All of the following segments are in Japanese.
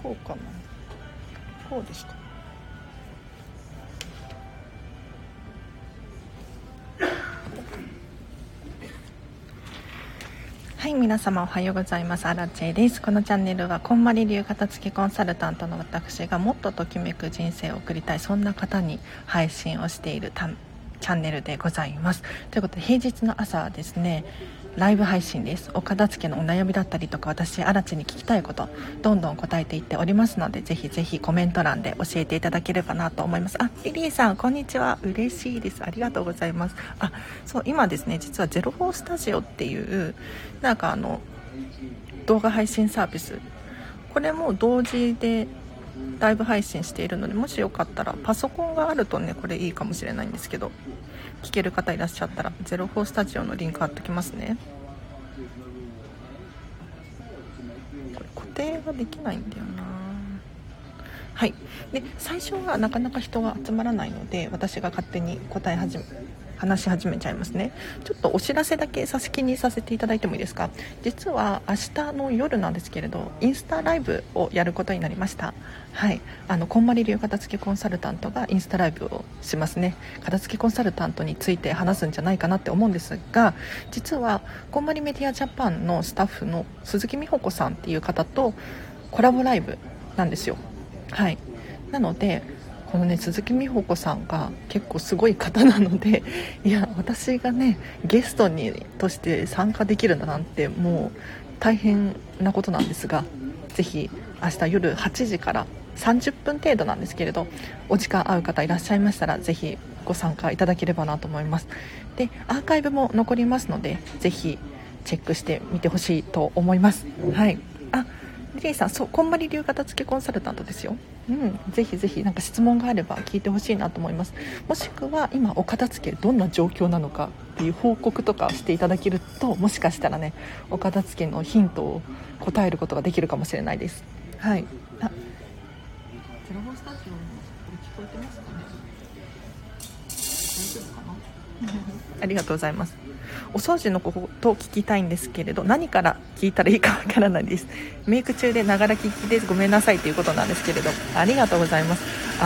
こうかな、こうですか。はい、皆様おはようございます。アラチェです。このチャンネルはこんまり流片付けコンサルタントの私がもっとときめく人生を送りたい、そんな方に配信をしているチャンネルでございます。ということで、平日の朝はですね、ライブ配信です。お片付けのお悩みだったりとか、私アラチェに聞きたいことどんどん答えていっておりますので、ぜひぜひコメント欄で教えていただければなと思います。リリーさんこんにちは、嬉しいです。ありがとうございます。そう、今ですね、実は04スタジオっていうなんか動画配信サービス、これも同時でライブ配信しているので、もしよかったらパソコンがあるとね、これいいかもしれないんですけど、聞ける方いらっしゃったら04スタジオのリンク貼っておきますね。これ固定ができないんだよな。はい。で、最初はなかなか人が集まらないので、私が勝手に話し始めちゃいますね。ちょっとお知らせだけ先にさせていただいてもいいですか。実は明日の夜なんですけれど、インスタライブをやることになりました。はい。こんまり流片付けコンサルタントがインスタライブをしますね。片付けコンサルタントについて話すんじゃないかなって思うんですが、実はこんまりメディアジャパンのスタッフの鈴木美穂子さんっていう方とコラボライブなんですよ。はい。なのでこのね、鈴木美穂子さんが結構すごい方なので、いや、私がねゲストとして参加できるんだなんて、もう大変なことなんですが、ぜひ明日夜8時から30分程度なんですけれど、お時間合う方いらっしゃいましたらぜひご参加いただければなと思います。で、アーカイブも残りますので、ぜひチェックしてみてほしいと思います。はい。リリーさん、そう、こんまり流片付けコンサルタントですよ。ぜひぜひなんか質問があれば聞いてほしいなと思います。もしくは今お片付けどんな状況なのかっていう報告とかしていただけると、もしかしたらね、お片付けのヒントを答えることができるかもしれないです。はい。ゼロホスタジオのこれ聞こえてますかね。大丈夫かなありがとうございます。お掃除のことを聞きたいんですけれど、何から聞いたらいいかわからないです。メイク中でながら聞きでごめんなさいということなんですけれど、ありがとうございます。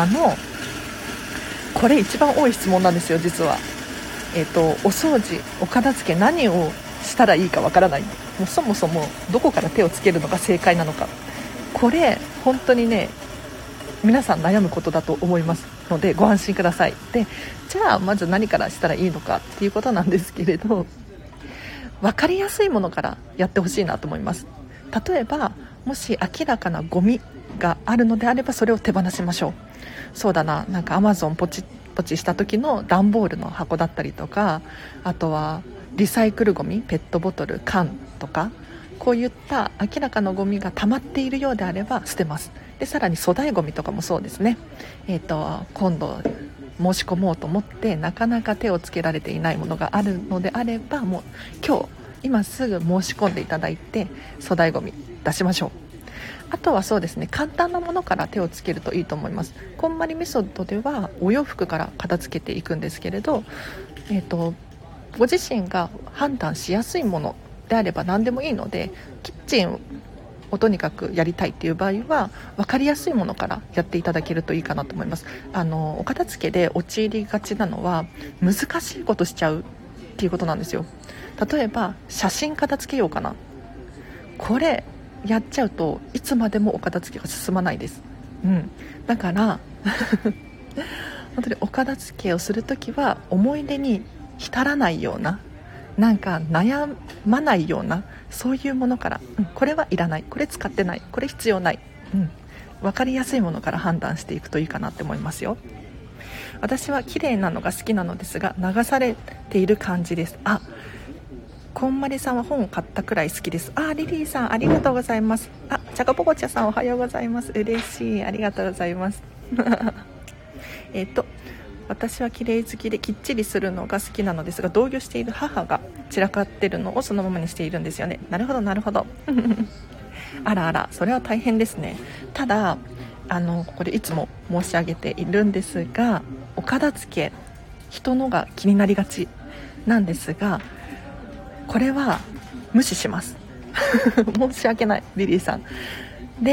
これ一番多い質問なんですよ、実は。お掃除、お片付け、何をしたらいいかわからない。もうそもそもどこから手をつけるのが正解なのか、これ本当にね、皆さん悩むことだと思いますので、ご安心ください。で、じゃあまず何からしたらいいのかっていうことなんですけれど、分かりやすいものからやってほしいなと思います。例えば、もし明らかなゴミがあるのであれば、それを手放しましょう。そうだな、なんか Amazon ポチポチした時の段ボールの箱だったりとか、あとはリサイクルゴミ、ペットボトル、缶とか、こういった明らかなゴミが溜まっているようであれば捨てます。で、さらに粗大ゴミとかもそうですね。今度申し込もうと思ってなかなか手をつけられていないものがあるのであれば、もう今すぐ申し込んでいただいて粗大ゴミ出しましょう。あとはそうですね、簡単なものから手をつけるといいと思います。こんまりメソッドではお洋服から片付けていくんですけれど、ご自身が判断しやすいものであれば何でもいいので、キッチンをとにかくやりたいっていう場合は分かりやすいものからやっていただけるといいかなと思います。お片付けで陥りがちなのは難しいことしちゃうっていうことなんですよ。例えば写真片付けようかな、これやっちゃうといつまでもお片付けが進まないです。だから本当にお片付けをするときは思い出に浸らないような、なんか悩まないような、そういうものから、これはいらない、これ使ってない、これ必要ない、分かりやすいものから判断していくといいかなって思いますよ。私は綺麗なのが好きなのですが、流されている感じです。こんまりさんは本を買ったくらい好きです。リリーさんありがとうございます。チャカポコチャさんおはようございます。嬉しい、ありがとうございます私は綺麗好きできっちりするのが好きなのですが、同居している母が散らかってるのをそのままにしているんですよね。なるほどなるほどあらあら、それは大変ですね。ただこれいつも申し上げているんですが、お片付け人のが気になりがちなんですが、これは無視します申し訳ないリリーさんで、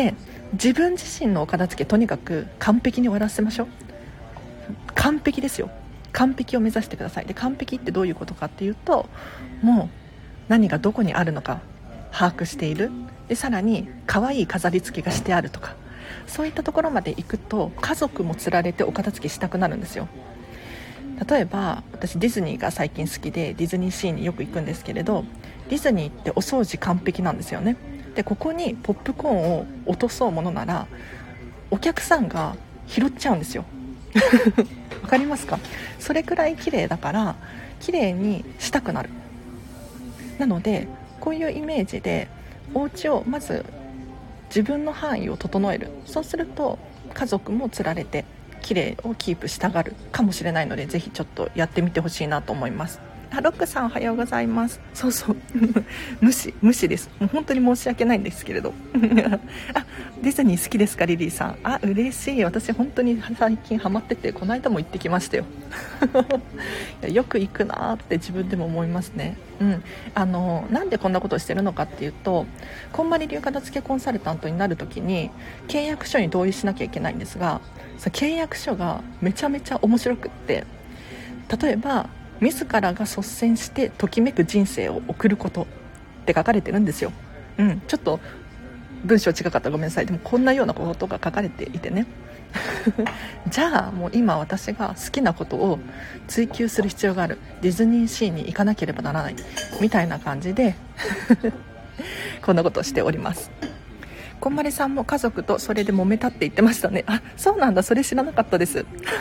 自分自身のお片付けとにかく完璧に終わらせましょう。完璧ですよ。完璧を目指してください。で、完璧ってどういうことかっていうと、もう何がどこにあるのか把握している。で、さらに可愛い飾り付けがしてあるとか、そういったところまで行くと家族もつられてお片付けしたくなるんですよ。例えば私ディズニーが最近好きでディズニーシーによく行くんですけれど、ディズニーってお掃除完璧なんですよね。で、ここにポップコーンを落とそうものならお客さんが拾っちゃうんですよ。わかりますか？それくらい綺麗だから綺麗にしたくなる。なのでこういうイメージでお家をまず自分の範囲を整える。そうすると家族もつられて綺麗をキープしたがるかもしれないので、ぜひちょっとやってみてほしいなと思います。ロックさんおはようございます。そうそう無視です。もう本当に申し訳ないんですけれどあ、ディズニー好きですかリリーさん。あ、嬉しい。私本当に最近ハマってて、この間も行ってきましたよよく行くなって自分でも思いますね。なんでこんなことをしてるのかっていうと、こんまり流片付けコンサルタントになるときに契約書に同意しなきゃいけないんですが、その契約書がめちゃめちゃ面白くって、例えば自らが率先してときめく人生を送ることって書かれてるんですよ。ちょっと文章違かったらごめんなさい。でもこんなようなことが書かれていてねじゃあもう今私が好きなことを追求する必要がある、ディズニーシーに行かなければならないみたいな感じでこんなことをしております。こんまりさんも家族とそれで揉めたって言ってましたね。あ、そうなんだ。それ知らなかったです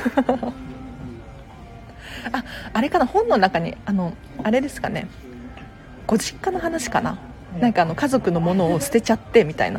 あれかな、本の中にあれですかね、ご実家の話かな、なんか家族のものを捨てちゃってみたいな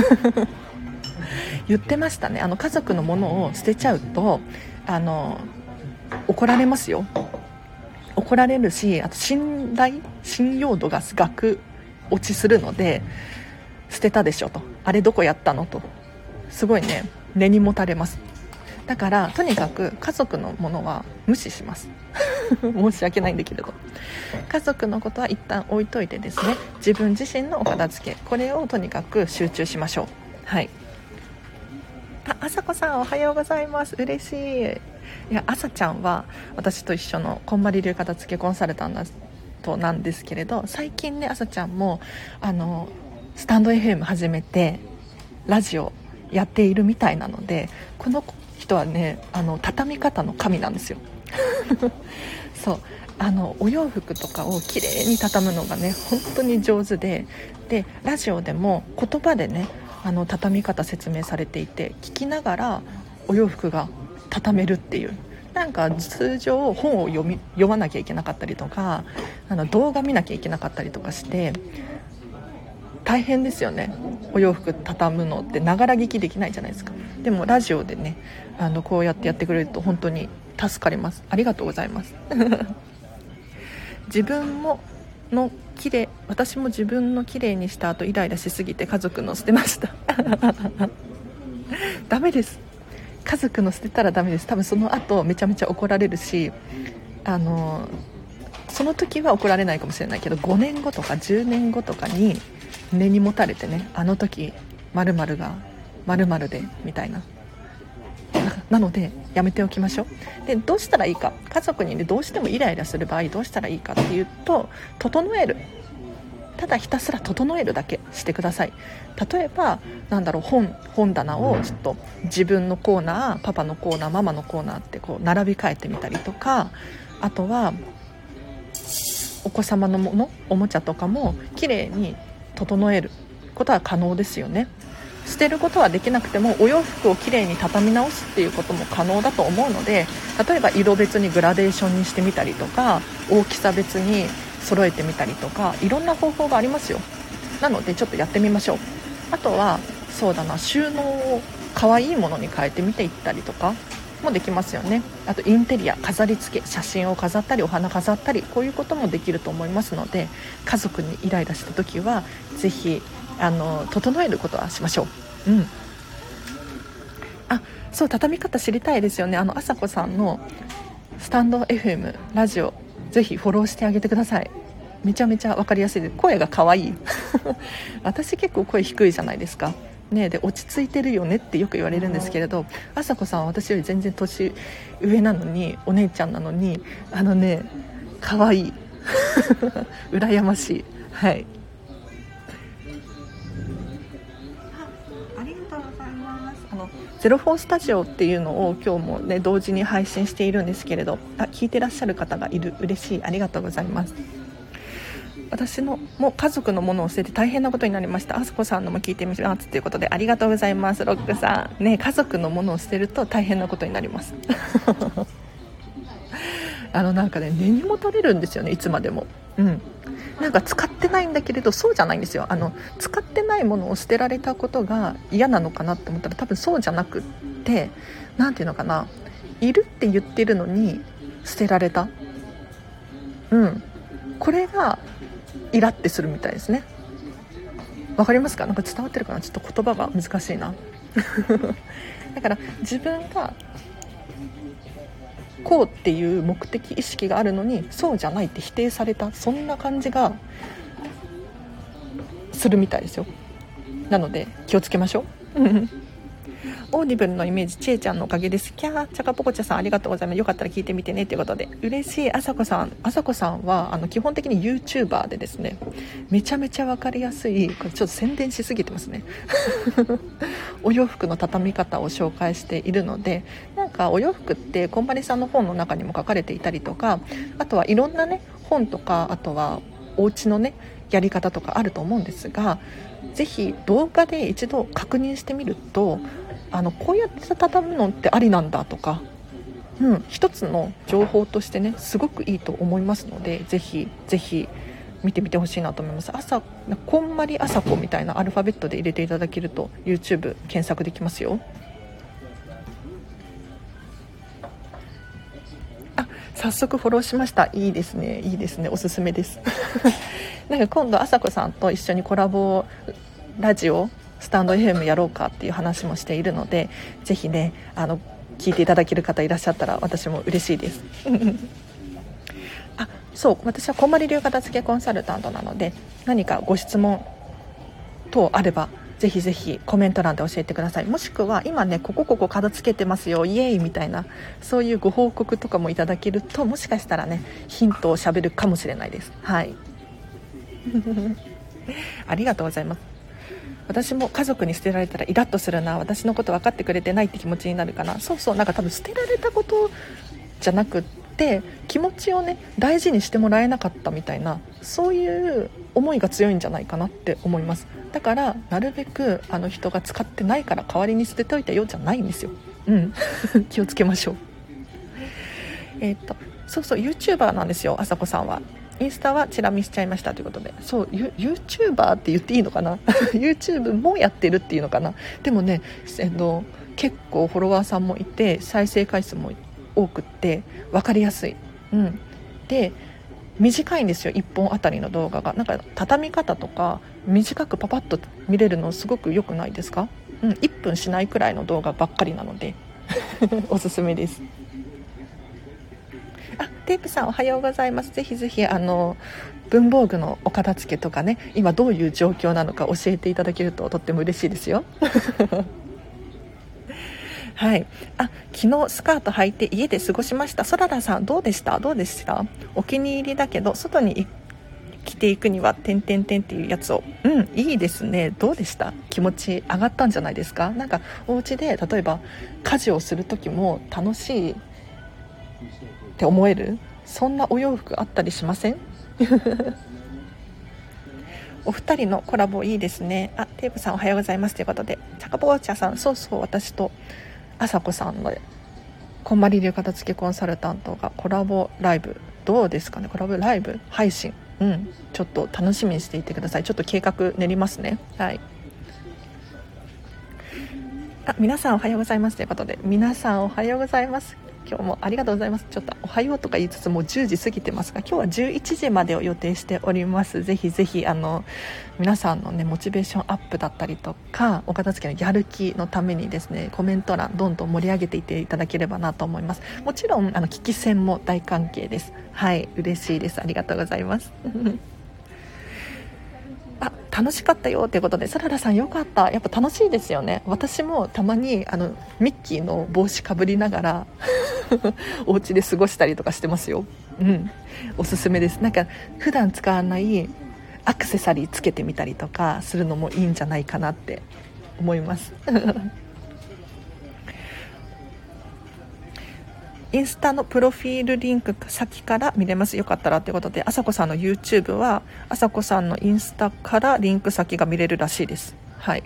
言ってましたね。家族のものを捨てちゃうと怒られますよ。怒られるし、あと信用度が落ちするので、捨てたでしょと、あれどこやったのとすごいね根に持たれます。だからとにかく家族のものは無視します申し訳ないんだけれど、家族のことは一旦置いといてですね、自分自身のお片付け、これをとにかく集中しましょう。はい。あさこさんおはようございます。嬉しい。いや、あさちゃんは私と一緒のこんまり流片付けコンサルタントなんですけれど、最近ねあさちゃんもスタンド FM 始めてラジオやっているみたいなので、この人はね畳み方の神なんですよそうお洋服とかをきれいに畳むのがね本当に上手で、ラジオでも言葉でね畳み方説明されていて、聞きながらお洋服が畳めるっていう、なんか通常本を読まなきゃいけなかったりとか動画見なきゃいけなかったりとかして大変ですよね。お洋服畳むのってながら聞きできないじゃないですか。でもラジオでねこうやってやってくれると本当に助かります。ありがとうございます自分の私も自分の綺麗にした後イライラしすぎて家族の捨てましたダメです。家族の捨てたらダメです。多分その後めちゃめちゃ怒られるし、その時は怒られないかもしれないけど5年後とか10年後とかに根に持たれてね、あの時〇〇が〇〇でみたいなのでやめておきましょう。で、どうしたらいいか、家族に、ね、どうしてもイライラする場合どうしたらいいかっていうと、整える。ただひたすら整えるだけしてください。例えば本棚をちょっと自分のコーナー、パパのコーナー、ママのコーナーってこう並び替えてみたりとか、あとはお子様のもの、おもちゃとかもきれいに整えることは可能ですよね。捨てることはできなくてもお洋服をきれいに畳み直すっていうことも可能だと思うので、例えば色別にグラデーションにしてみたりとか、大きさ別に揃えてみたりとか、いろんな方法がありますよ。なのでちょっとやってみましょう。あとはそうだな、収納を可愛いものに変えてみていったりとかもできますよね。あとインテリア、飾り付け、写真を飾ったりお花飾ったり、こういうこともできると思いますので、家族にイライラした時はぜひ整えることはしましょう。そう、畳み方知りたいですよね。あさこさんのスタンド FM ラジオぜひフォローしてあげてください。めちゃめちゃ分かりやすいです。声が可愛い私結構声低いじゃないですか。 ね、で落ち着いてるよねってよく言われるんですけれど、あさこさんは私より全然年上なのに、お姉ちゃんなのに可愛い羨ましい。はい、ありがとうございます。ゼロフォースタジオっていうのを今日もね同時に配信しているんですけれど、聞いてらっしゃる方がいる、嬉しい、ありがとうございます。私のもう家族のものを捨てて大変なことになりました。あすこさんのも聞いてみますということで、ありがとうございます。ロックさんね、家族のものを捨てると大変なことになりますなんかね、根にもたれるんですよね、いつまでも。なんか使ってないんだけれど、そうじゃないんですよ。使ってないものを捨てられたことが嫌なのかなって思ったら、多分そうじゃなくって、なんていうのかな、いるって言ってるのに捨てられた、これがイラってするみたいですね。わかりますか？なんか伝わってるかな、ちょっと言葉が難しいなだから自分がこうっていう目的意識があるのに、そうじゃないって否定された、そんな感じがするみたいですよ。なので気をつけましょうオーディブルのイメージ、ちえちゃんのおかげです。キャー、チャカポコチャさんありがとうございます。よかったら聞いてみてねということで、嬉しい。あさこさんは基本的に YouTuber でですね、めちゃめちゃ分かりやすい、これちょっと宣伝しすぎてますねお洋服の畳み方を紹介しているので、なんかお洋服ってこんまりさんの本の中にも書かれていたりとか、あとはいろんなね本とか、あとはお家のねやり方とかあると思うんですが、ぜひ動画で一度確認してみると、こうやって畳むのってありなんだとか、一つの情報としてねすごくいいと思いますので、ぜひぜひ見てみてほしいなと思います。こんまりあさこみたいなアルファベットで入れていただけると YouTube 検索できますよ。早速フォローしました。いいですね、いいですね、おすすめですなんか今度あさこさんと一緒にコラボラジオスタンド FM やろうかっていう話もしているので、ぜひね聞いていただける方いらっしゃったら私も嬉しいですそう、私はこんまり流片付けコンサルタントなので、何かご質問等あればぜひぜひコメント欄で教えてください。もしくは今ねここ片付けてますよイエーイみたいな、そういうご報告とかもいただけると、もしかしたらねヒントをしゃべるかもしれないです。はいありがとうございます。私も家族に捨てられたらイラッとするな、私のこと分かってくれてないって気持ちになるかな。そう、なんか多分捨てられたことじゃなくって、気持ちをね大事にしてもらえなかったみたいな、そういう思いが強いんじゃないかなって思います。だからなるべく人が使ってないから代わりに捨てておいたよじゃないんですよ。気をつけましょう。そう YouTuber なんですよ、あさこさんは。インスタはチラ見しちゃいましたということで、そう、YouTuber って言っていいのかなYouTube もやってるっていうのかな。でもね、結構フォロワーさんもいて再生回数も多くって分かりやすい、で短いんですよ、1本あたりの動画が。なんか畳み方とか短くパパッと見れるのすごく良くないですか。1分しないくらいの動画ばっかりなのでおすすめです。テープさんおはようございます。ぜひぜひ文房具のお片付けとかね、今どういう状況なのか教えていただけるととっても嬉しいですよはい、昨日スカート履いて家で過ごしました。そららさんどうでした？お気に入りだけど外に着ていくには点々点っていうやつを。いいですね。どうでした？気持ち上がったんじゃないですか？なんかお家で例えば家事をする時も楽しいって思える、そんなお洋服あったりしませんお二人のコラボいいですね。テープさんおはようございますということで、チャカポーチャさん、そう、私とあさこさんのこんまり流片付けコンサルタントがコラボライブ、どうですかね、コラボライブ配信、ちょっと楽しみにしていてください。ちょっと計画練りますね。はい。皆さんおはようございますということで、皆さんおはようございます。今日もありがとうございます。ちょっとおはようとか言いつつもう10時過ぎてますが、今日は11時までを予定しております。ぜひぜひ皆さんのねモチベーションアップだったりとか、お片付けのやる気のためにですね、コメント欄どんどん盛り上げていっていただければなと思います。もちろん聞き戦も大歓迎です。はい、嬉しいです。ありがとうございます楽しかったよということで、サラダさんよかった。やっぱ楽しいですよね。私もたまにミッキーの帽子かぶりながらお家で過ごしたりとかしてますよ。おすすめです。なんか普段使わないアクセサリーつけてみたりとかするのもいいんじゃないかなって思いますインスタのプロフィールリンク先から見れます。よかったらということで、あさこさんの YouTube はあさこさんのインスタからリンク先が見れるらしいです。はい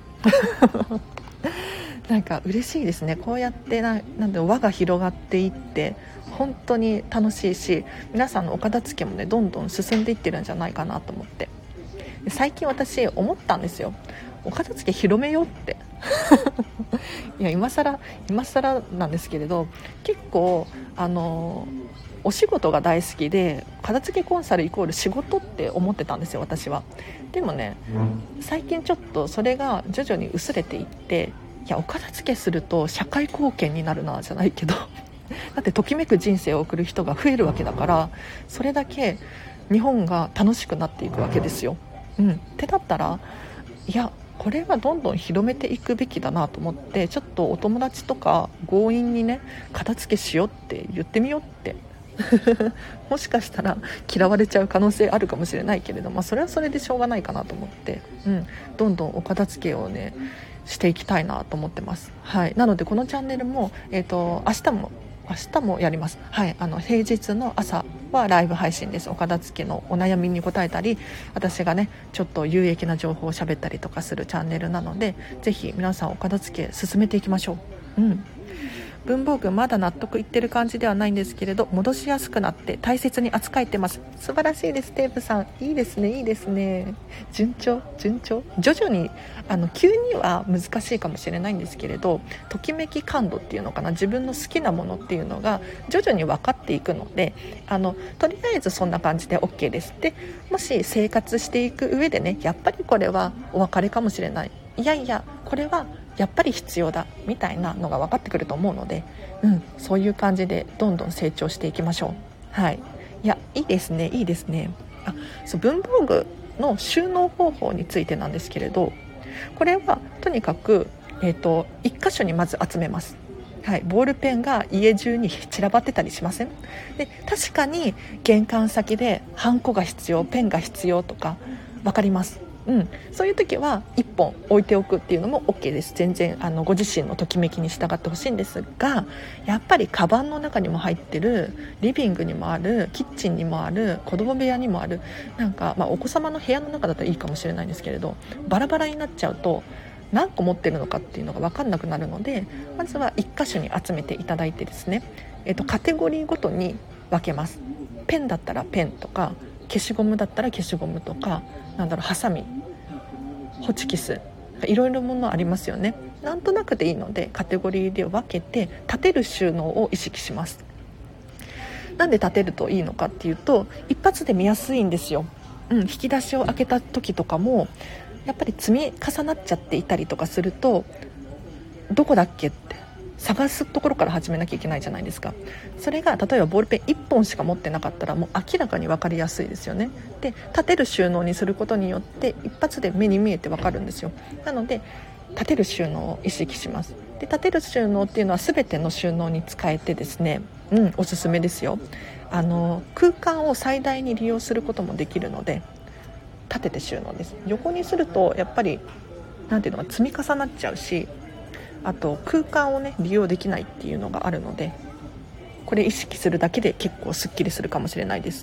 なんか嬉しいですね。こうやってなんで輪が広がっていって本当に楽しいし、皆さんのお片付けもねどんどん進んでいってるんじゃないかなと思って、最近私思ったんですよ。お片付け広めようっていや今更なんですけれど、結構お仕事が大好きで片付けコンサルイコール仕事って思ってたんですよ、私は。でもね、最近ちょっとそれが徐々に薄れていって、いやお片付けすると社会貢献になるなじゃないけどだってときめく人生を送る人が増えるわけだから、それだけ日本が楽しくなっていくわけですよ。ってだったら、いやこれはどんどん広めていくべきだなと思って、ちょっとお友達とか強引にね片付けしようって言ってみようってもしかしたら嫌われちゃう可能性あるかもしれないけれど、それはそれでしょうがないかなと思って、どんどんお片付けをねしていきたいなと思ってます。はい、なのでこのチャンネルも、明日もやります。はい、平日の朝はライブ配信です。お片付けのお悩みに答えたり、私がねちょっと有益な情報を喋ったりとかするチャンネルなので、ぜひ皆さんお片付け進めていきましょう。文房具まだ納得いってる感じではないんですけれど、戻しやすくなって大切に扱えてます。素晴らしいです。テープさんいいですね、いいですね。順調徐々に急には難しいかもしれないんですけれど、ときめき感度っていうのかな、自分の好きなものっていうのが徐々に分かっていくので、とりあえずそんな感じで OK です。でもし生活していく上でね、やっぱりこれはお別れかもしれない、いやいやこれはやっぱり必要だみたいなのが分かってくると思うので、そういう感じでどんどん成長していきましょう。はい、いやいいですね、いいですね。そう、文房具の収納方法についてなんですけれど、これはとにかく、1箇所にまず集めます。はい、ボールペンが家中に散らばってたりしません？で確かに玄関先でハンコが必要、ペンが必要とか分かります。そういう時は1本置いておくっていうのも OK です。全然ご自身のときめきに従ってほしいんですが、やっぱりカバンの中にも入ってる、リビングにもある、キッチンにもある、子供部屋にもある、なんか、お子様の部屋の中だったらいいかもしれないんですけれど、バラバラになっちゃうと何個持ってるのかっていうのが分かんなくなるので、まずは1箇所に集めていただいてですね、カテゴリーごとに分けます。ペンだったらペンとか、消しゴムだったら消しゴムとか、ハサミ、ホチキス、いろいろものありますよね。なんとなくでいいのでカテゴリーで分けて立てる収納を意識します。なんで立てるといいのかっていうと、一発で見やすいんですよ。引き出しを開けた時とかもやっぱり積み重なっちゃっていたりとかすると、どこだっけって探すところから始めなきゃいけないじゃないですか。それが例えばボールペン1本しか持ってなかったらもう明らかに分かりやすいですよね。で立てる収納にすることによって一発で目に見えて分かるんですよ。なので立てる収納を意識します。で立てる収納っていうのは全ての収納に使えてですね、おすすめですよ。空間を最大に利用することもできるので、立てて収納です。横にするとやっぱりなんていうのか積み重なっちゃうし、あと空間をね利用できないっていうのがあるので、これ意識するだけで結構すっきりするかもしれないです。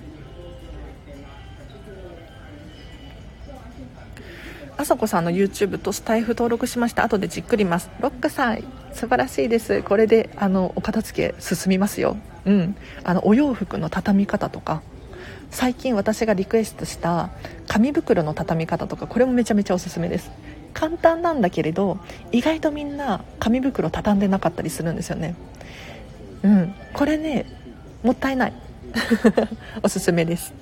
あさこさんの YouTube とスタイフ登録しました。後でじっくります。ロックさん素晴らしいです。これでお片付け進みますよ。お洋服の畳み方とか、最近私がリクエストした紙袋の畳み方とか、これもめちゃめちゃおすすめです。簡単なんだけれど意外とみんな紙袋畳んでなかったりするんですよね。これねもったいないおすすめです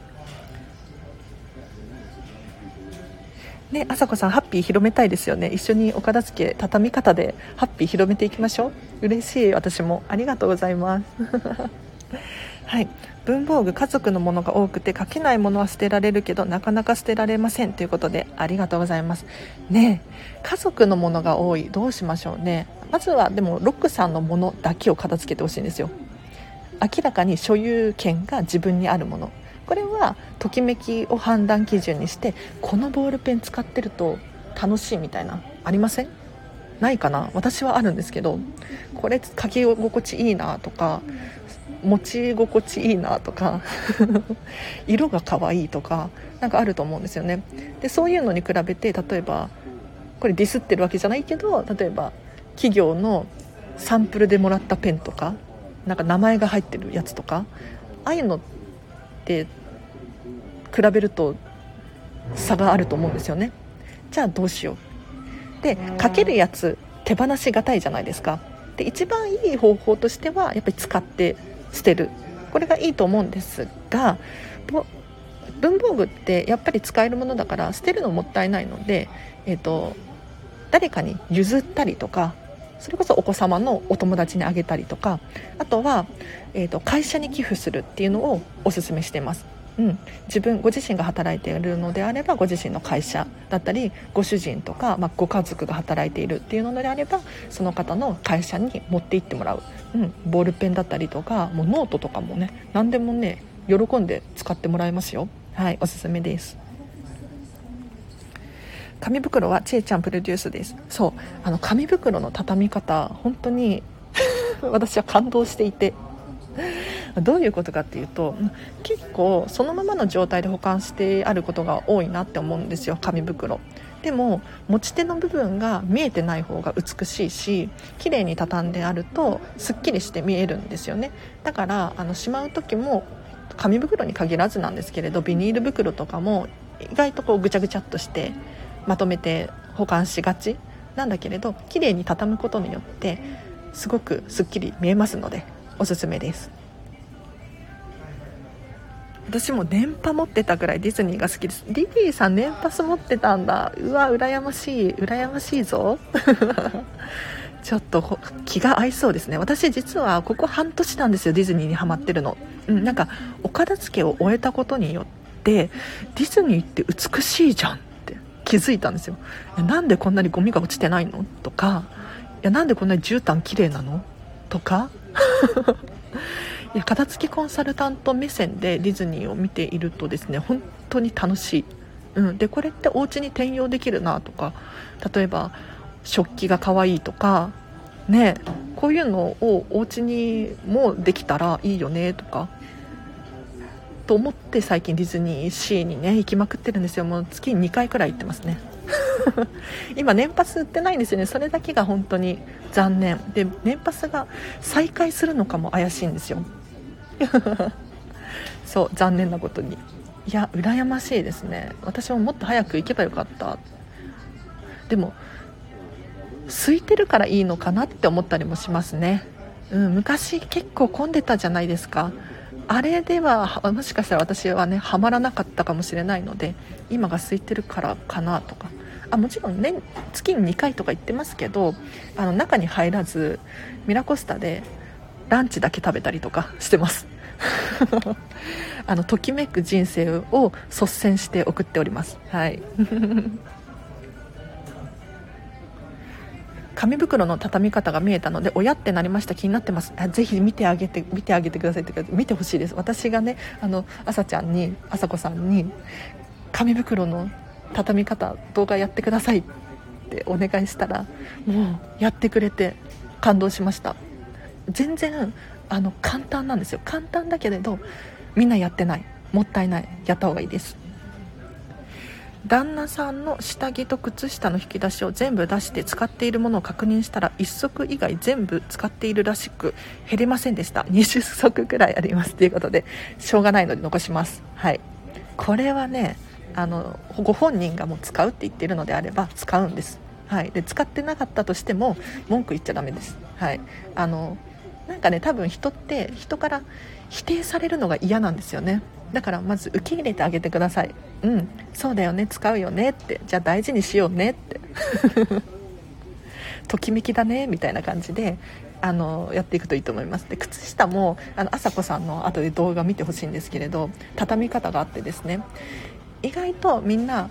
ね。あさこさんハッピー広めたいですよね。一緒にお片付け畳み方でハッピー広めていきましょう。嬉しい。私もありがとうございますはい、文房具家族のものが多くて書けないものは捨てられるけどなかなか捨てられませんということで、ありがとうございますね。家族のものが多い、どうしましょうね。まずはでもロックさんのものだけを片付けてほしいんですよ。明らかに所有権が自分にあるもの、これはときめきを判断基準にして、このボールペン使ってると楽しいみたいな、ありません？ないかな。私はあるんですけど、これ書き心地いいなとか、持ち心地いいなとか色が可愛いとか、なんかあると思うんですよね。でそういうのに比べて、例えばこれディスってるわけじゃないけど、例えば企業のサンプルでもらったペンとか、なんか名前が入ってるやつとか、ああいうのって比べると差があると思うんですよね。じゃあどうしよう。で書けるやつ手放しがたいじゃないですか。で一番いい方法としてはやっぱり使って捨てる、これがいいと思うんですが、文房具ってやっぱり使えるものだから捨てるのもったいないので、誰かに譲ったりとか、それこそお子様のお友達にあげたりとか、あとは、会社に寄付するっていうのをお勧めしています。ご自身が働いているのであればご自身の会社だったり、ご主人とか、ご家族が働いているっていうのであればその方の会社に持って行ってもらう、ボールペンだったりとか、もうノートとかもね、何でもね喜んで使ってもらえますよ。はい、おすすめです。紙袋はちえちゃんプロデュースです。そう、紙袋の畳み方本当に私は感動していて、どういうことかっていうと、結構そのままの状態で保管してあることが多いなって思うんですよ、紙袋。でも持ち手の部分が見えてない方が美しいし、綺麗に畳んであるとすっきりして見えるんですよね。だからしまう時も紙袋に限らずなんですけれど、ビニール袋とかも意外とこうぐちゃぐちゃっとしてまとめて保管しがちなんだけれど、綺麗に畳むことによってすごくすっきり見えますのでおすすめです。私も年パ持ってたぐらいディズニーが好きです。リリーさん年パス持ってたんだ。うわ、羨ましい、羨ましいぞちょっと気が合いそうですね。私実はここ半年なんですよ、ディズニーにハマってるの。なんかお片付けを終えたことによってディズニーって美しいじゃんって気づいたんですよ。なんでこんなにゴミが落ちてないのとか、なんでこんなに絨毯綺麗なのとか片付けコンサルタント目線でディズニーを見ているとですね、本当に楽しい。でこれってお家に転用できるなとか、例えば食器が可愛いとかね、こういうのをお家にもできたらいいよねとかと思って、最近ディズニーシーにね行きまくってるんですよ。もう月に2回くらい行ってますね今年パス売ってないんですよね。それだけが本当に残念で、年パスが再開するのかも怪しいんですよそう、残念なことに。いや羨ましいですね。私ももっと早く行けばよかった。でも空いてるからいいのかなって思ったりもしますね。昔結構混んでたじゃないですか。あれではもしかしたら私はねハマらなかったかもしれないので、今が空いてるからかなとか。もちろんね月に2回とか行ってますけど、中に入らずミラコスタでランチだけ食べたりとかしてますときめく人生を率先して送っております。はい紙袋の畳み方が見えたので親ってなりました。気になってます。ぜひ見てあげてくださいって見てほしいです。私がね朝子さんに紙袋の畳み方動画やってくださいってお願いしたら、もうやってくれて感動しました。全然簡単なんですよ。簡単だけれどみんなやってない。もったいない。やった方がいいです。旦那さんの下着と靴下の引き出しを全部出して使っているものを確認したら1足以外全部使っているらしく減りませんでした。20足くらいありますということで、しょうがないので残します。はい、これはねご本人がもう使うって言っているのであれば使うんです。はい、で使ってなかったとしても文句言っちゃダメです。はい、なんかね多分人って人から否定されるのが嫌なんですよね。だからまず受け入れてあげてください。そうだよね、使うよねって、じゃあ大事にしようねってときめきだねみたいな感じでやっていくといいと思います。で靴下も朝子さんの後で動画見てほしいんですけれど、畳み方があってですね、意外とみんな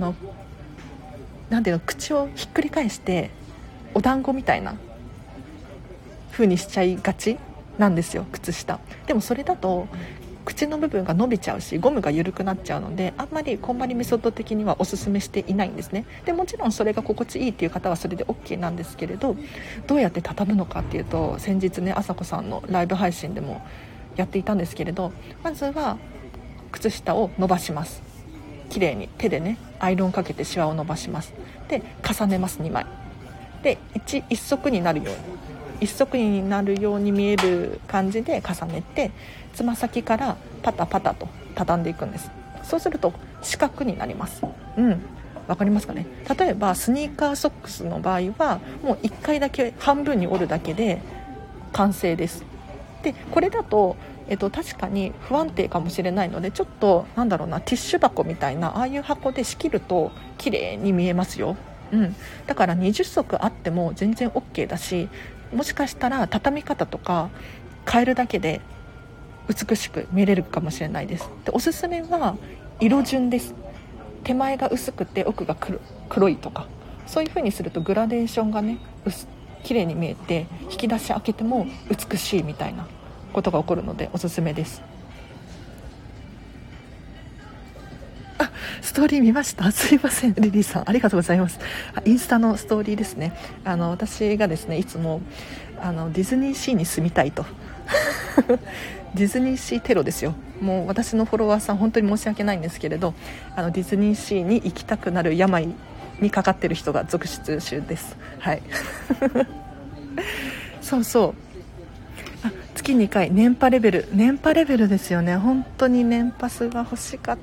なんていうの、口をひっくり返してお団子みたいな風にしちゃいがちなんですよ、靴下。でもそれだと口の部分が伸びちゃうしゴムが緩くなっちゃうので、あんまりこんまりメソッド的にはおすすめしていないんですね。でもちろんそれが心地いいっていう方はそれで OK なんですけれど、どうやって畳むのかっていうと、先日ね朝子さんのライブ配信でもやっていたんですけれど、まずは靴下を伸ばします。綺麗に手でねアイロンかけてシワを伸ばします。で重ねます、2枚で一足になるように、一足になるように見える感じで重ねて、つま先からパタパタと畳んでいくんです。そうすると四角になります。わかりますかね。例えばスニーカーソックスの場合はもう1回だけ半分に折るだけで完成です。でこれだと、確かに不安定かもしれないので、ちょっとなんだろうな、ティッシュ箱みたいなああいう箱で仕切ると綺麗に見えますよ。だから20足あっても全然 OK だし、もしかしたら畳み方とか変えるだけで美しく見れるかもしれないです。でおすすめは色順です。手前が薄くて奥が黒いとか、そういう風にするとグラデーションがね綺麗に見えて、引き出し開けても美しいみたいなことが起こるのでおすすめです。ストーリー見ました。すいません、リリーさんありがとうございます。インスタのストーリーですね。私がですねいつもディズニーシーに住みたいとディズニーシーテロですよ。もう私のフォロワーさん本当に申し訳ないんですけれど、ディズニーシーに行きたくなる病にかかってる人が続出中です。はいそうそう、月2回年パレベルですよね。本当に年パスが欲しかった。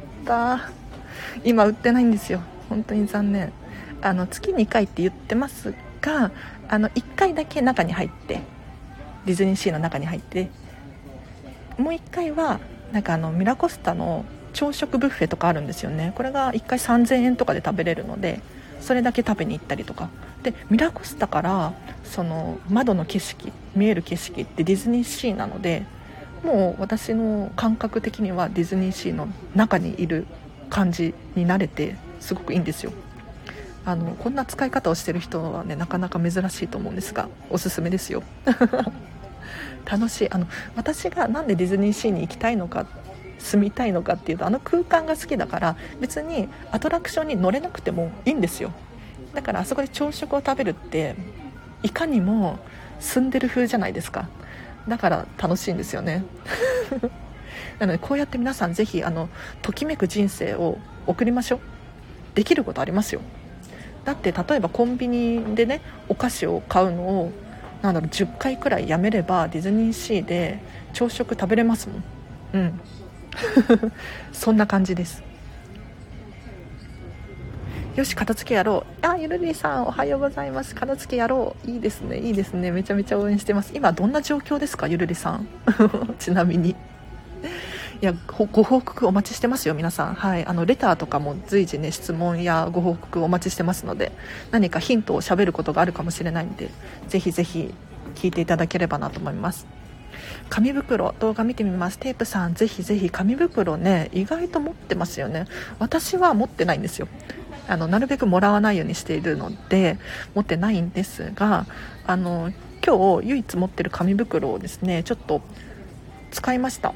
今売ってないんですよ、本当に残念。月2回って言ってますが、1回だけ中に入って、ディズニーシーの中に入って、もう1回はなんかミラコスタの朝食ブッフェとかあるんですよね。これが1回3000円とかで食べれるので、それだけ食べに行ったりとかで、ミラコスタからその窓の景色、見える景色ってディズニーシーなので、もう私の感覚的にはディズニーシーの中にいる感じに慣れて、すごくいいんですよ。こんな使い方をしてる人はねなかなか珍しいと思うんですが、おすすめですよ楽しい。私がなんでディズニーシーに行きたいのか、住みたいのかっていうと、空間が好きだから、別にアトラクションに乗れなくてもいいんですよ。だからあそこで朝食を食べるっていかにも住んでる風じゃないですか。だから楽しいんですよねなのでこうやって皆さんぜひときめく人生を送りましょう。できることありますよ。だって例えばコンビニでねお菓子を買うのを10回くらいやめればディズニーシーで朝食食べれますもん。そんな感じです。よし片付けやろう。ゆるりさんおはようございます。片付けやろう。いいですねいいですね、めちゃめちゃ応援してます。今どんな状況ですか、ゆるりさんちなみにいやご報告お待ちしてますよ皆さん。はい、レターとかも随時ね質問やご報告お待ちしてますので、何かヒントを喋ることがあるかもしれないんで、ぜひぜひ聞いていただければなと思います。紙袋動画見てみます。テープさんぜひぜひ紙袋ね意外と持ってますよね。私は持ってないんですよ。なるべくもらわないようにしているので持ってないんですが、今日唯一持ってる紙袋をですねちょっと使いました。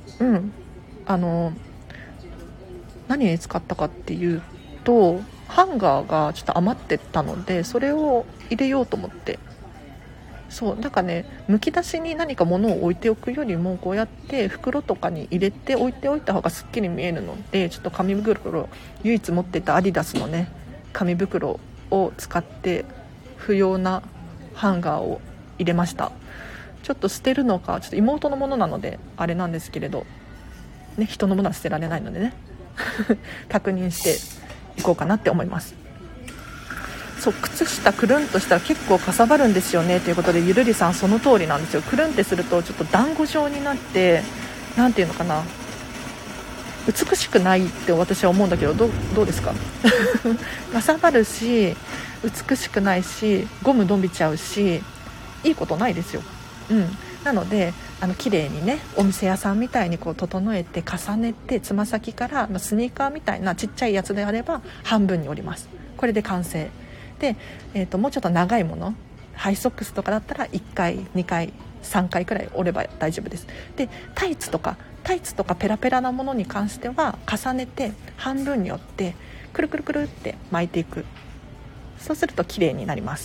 何に使ったかっていうと、ハンガーがちょっと余ってたのでそれを入れようと思って、そうなんかねむき出しに何か物を置いておくよりもこうやって袋とかに入れて置いておいた方がすっきり見えるので、ちょっと紙袋唯一持ってたアディダスのね紙袋を使って不要なハンガーを入れました。ちょっと捨てるのか、ちょっと妹のものなのであれなんですけれどね、人のものは捨てられないのでね確認していこうかなって思います。そう靴下くるんとしたら結構かさばるんですよねということで、ゆるりさんその通りなんですよ。くるんってするとちょっと団子状になって、なんていうのかな、美しくないって私は思うんだけど、どうですかかさばるし美しくないしゴム伸びちゃうし、 いいことないですよ。なので綺麗にね、お店屋さんみたいにこう整えて重ねて、つま先からスニーカーみたいなちっちゃいやつであれば半分に折ります。これで完成で、もうちょっと長いもの、ハイソックスとかだったら1回2回3回くらい折れば大丈夫です。でタイツとかペラペラなものに関しては重ねて半分に折ってくるくるくるって巻いていく。そうすると綺麗になります。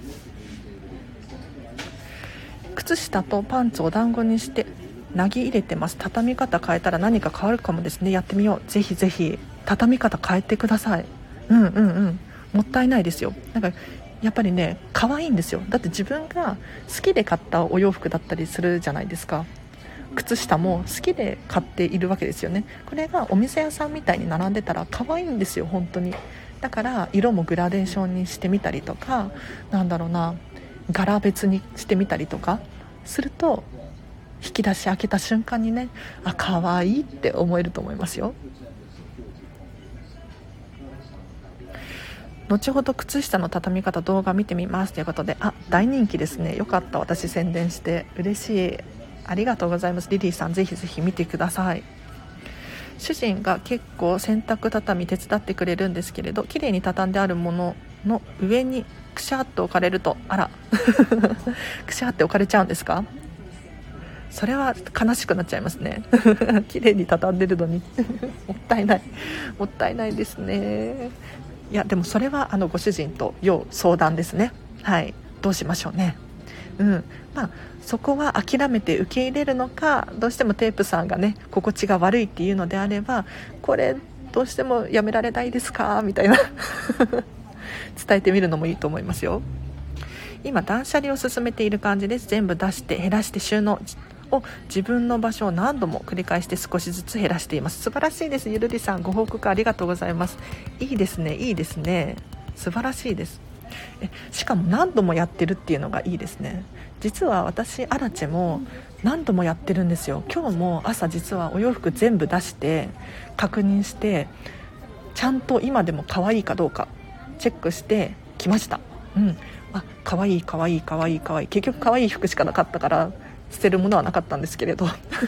靴下とパンツをお団子にしてなぎ入れてます。畳み方変えたら何か変わるかもですね。やってみよう。ぜひぜひ畳み方変えてください。もったいないですよ。なんかやっぱりね、可愛いんですよ。だって自分が好きで買ったお洋服だったりするじゃないですか。靴下も好きで買っているわけですよね。これがお店屋さんみたいに並んでたら可愛いんですよ、本当に。だから色もグラデーションにしてみたりとか、柄別にしてみたりとかすると、引き出し開けた瞬間にね、可愛いって思えると思いますよ。後ほど靴下の畳み方動画見てみますということで、大人気ですね。よかった、私宣伝して嬉しい。ありがとうございます。リリーさん、ぜひぜひ見てください。主人が結構洗濯畳手伝ってくれるんですけれど、綺麗に畳んであるものの上にくしゃっと置かれると、くしゃって置かれちゃうんですか？それは悲しくなっちゃいますね。綺麗に畳んでるのにもったいないですね。いやでもそれはご主人と要相談ですね。はい、どうしましょうね。そこは諦めて受け入れるのか、どうしてもテープさんがね心地が悪いっていうのであれば、これどうしてもやめられないですかみたいな伝えてみるのもいいと思いますよ。今断捨離を進めている感じです。全部出して減らして収納を自分の場所を何度も繰り返して少しずつ減らしています。素晴らしいです。ゆるりさん、ご報告ありがとうございます。いいですね、素晴らしいです。しかも何度もやってるっていうのがいいですね。実は私アラチェも何度もやってるんですよ。今日も朝実はお洋服全部出して確認して、ちゃんと今でも可愛いかどうかチェックしてきました。可愛い結局可愛い服しかなかったから捨てるものはなかったんですけれど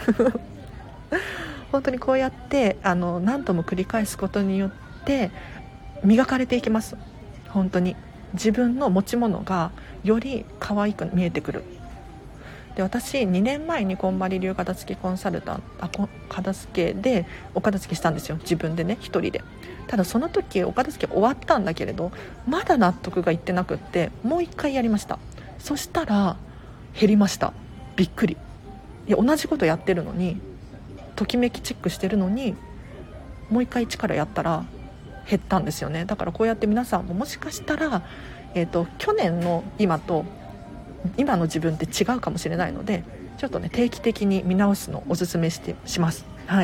本当にこうやって何度も繰り返すことによって磨かれていきます。本当に自分の持ち物がより可愛く見えてくる。で、私2年前にこんまり流片付けコンサルタント片付けでお片付けしたんですよ、自分でね、一人で。ただその時お片付け終わったんだけれど、まだ納得がいってなくって、もう一回やりました。そしたら減りました。びっくり。いや、同じことやってるのに、ときめきチェックしてるのに、もう一回一からやったら減ったんですよね。だからこうやって皆さんももしかしたら、去年の今と今の自分って違うかもしれないので、ちょっとね定期的に見直すのをおすすめします。はい。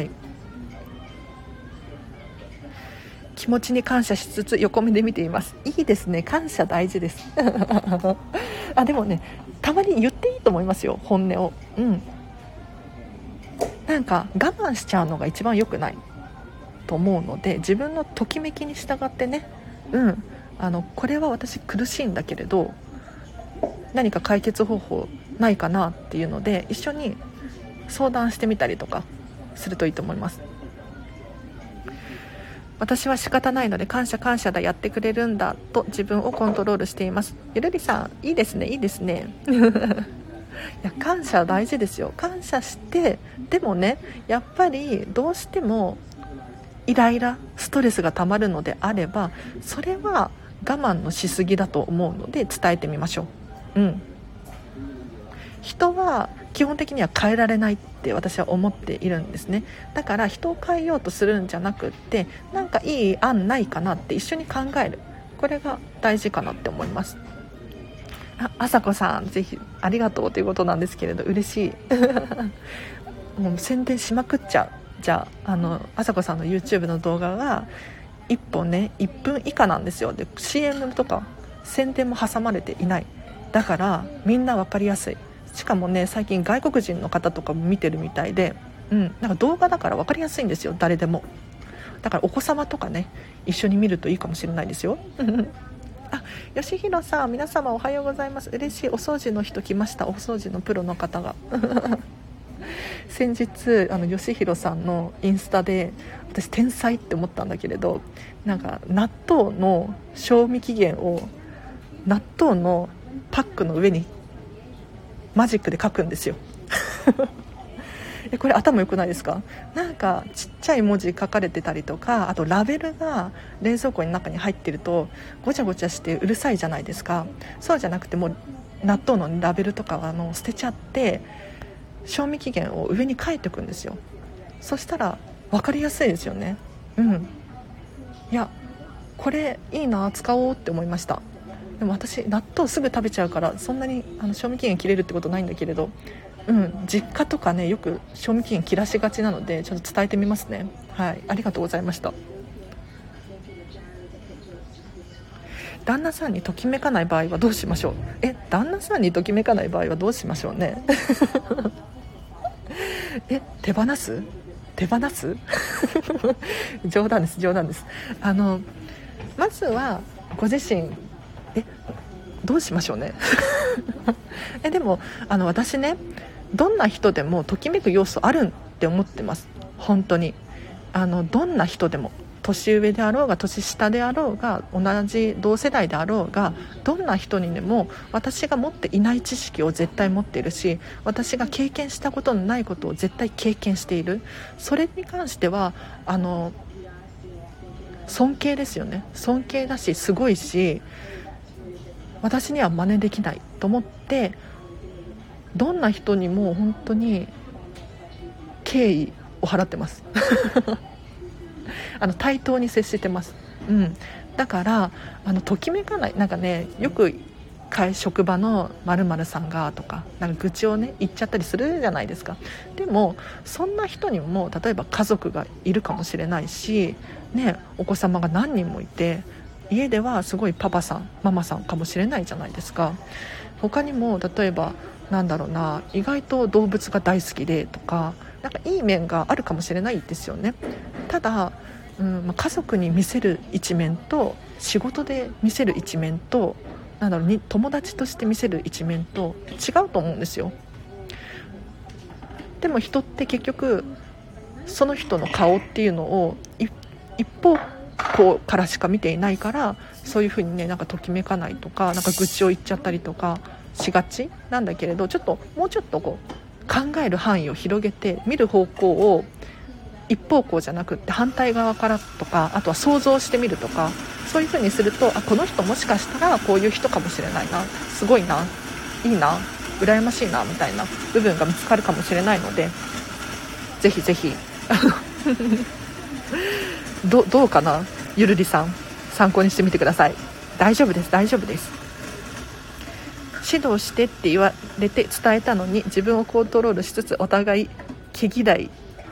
気持ちに感謝しつつ横目で見ています。いいですね、感謝大事ですでもね、たまに言っていいと思いますよ、本音を。なんか我慢しちゃうのが一番良くないと思うので、自分のときめきに従ってね、これは私苦しいんだけれど何か解決方法ないかなっていうので、一緒に相談してみたりとかするといいと思います。私は仕方ないので感謝だ、やってくれるんだと自分をコントロールしています。ゆるりさん、いいですねいや、感謝大事ですよ。感謝して、でもね、やっぱりどうしてもイライラストレスがたまるのであれば、それは我慢のしすぎだと思うので伝えてみましょう。人は基本的には変えられないって私は思っているんですね。だから人を変えようとするんじゃなくって、なんかいい案ないかなって一緒に考える、これが大事かなって思います。あさこさん、ぜひありがとうということなんですけれど、嬉しいもう宣伝しまくっちゃう。じゃあさこさんの YouTube の動画が1本ね1分以下なんですよ。で CM とか宣伝も挟まれていない。だからみんな分かりやすい。しかもね、最近外国人の方とかも見てるみたいで、なんか動画だから分かりやすいんですよ、誰でも。だからお子様とかね、一緒に見るといいかもしれないですよあ、よしひろさん、皆様おはようございます。嬉しい、お掃除の人来ました。お掃除のプロの方が先日よしひろさんのインスタで私天才って思ったんだけれど、なんか納豆の賞味期限を納豆のパックの上にマジックで書くんですよこれ頭良くないですか？なんかちっちゃい文字書かれてたりとか、あとラベルが冷蔵庫の中に入ってるとごちゃごちゃしてうるさいじゃないですか。そうじゃなくて、もう納豆のラベルとかは捨てちゃって賞味期限を上に書いておくんですよ。そしたら分かりやすいですよね。いや、これいいな、使おうって思いました。でも私納豆すぐ食べちゃうから、そんなに賞味期限切れるってことないんだけれど、実家とかね、よく賞味期限切らしがちなので、ちょっと伝えてみますね。はい、ありがとうございました。旦那さんにときめかない場合はどうしましょう？旦那さんにときめかない場合はどうしましょうね手放す冗談です、冗談です。まずはご自身、どうしましょうねでも私ね、どんな人でもときめく要素あるって思ってます。本当にどんな人でも、年上であろうが年下であろうが、同じ同世代であろうが、どんな人にでも私が持っていない知識を絶対持っているし、私が経験したことのないことを絶対経験している。それに関しては尊敬ですよね。尊敬だし、すごいし、私には真似できないと思って、どんな人にも本当に敬意を払ってます対等に接してます。だからときめかない。なんかね、よく職場の〇〇さんがとか、なんか愚痴をね言っちゃったりするじゃないですか。でもそんな人にも例えば家族がいるかもしれないし、お子様が何人もいて、家ではすごいパパさんママさんかもしれないじゃないですか。他にも例えばなんだろうな、意外と動物が大好きでとか、なんかいい面があるかもしれないですよね。ただ、家族に見せる一面と仕事で見せる一面と、なんだろうに友達として見せる一面と違うと思うんですよ。でも人って結局その人の顔っていうのを一方こうからしか見ていないから、そういう風にね、なんかときめかないとか、なんか愚痴を言っちゃったりとかしがちなんだけれど、もうちょっとこう考える範囲を広げて見る方向を一方向じゃなくって反対側からとか、あとは想像してみるとか、そういう風にすると、この人もしかしたらこういう人かもしれないな、すごいな、いいな、羨ましいなみたいな部分が見つかるかもしれないので、ぜひぜひどうかな、ゆるりさん、参考にしてみてください。大丈夫です、大丈夫です。指導してって言われて伝えたのに、自分をコントロールしつつお互い毛嫌い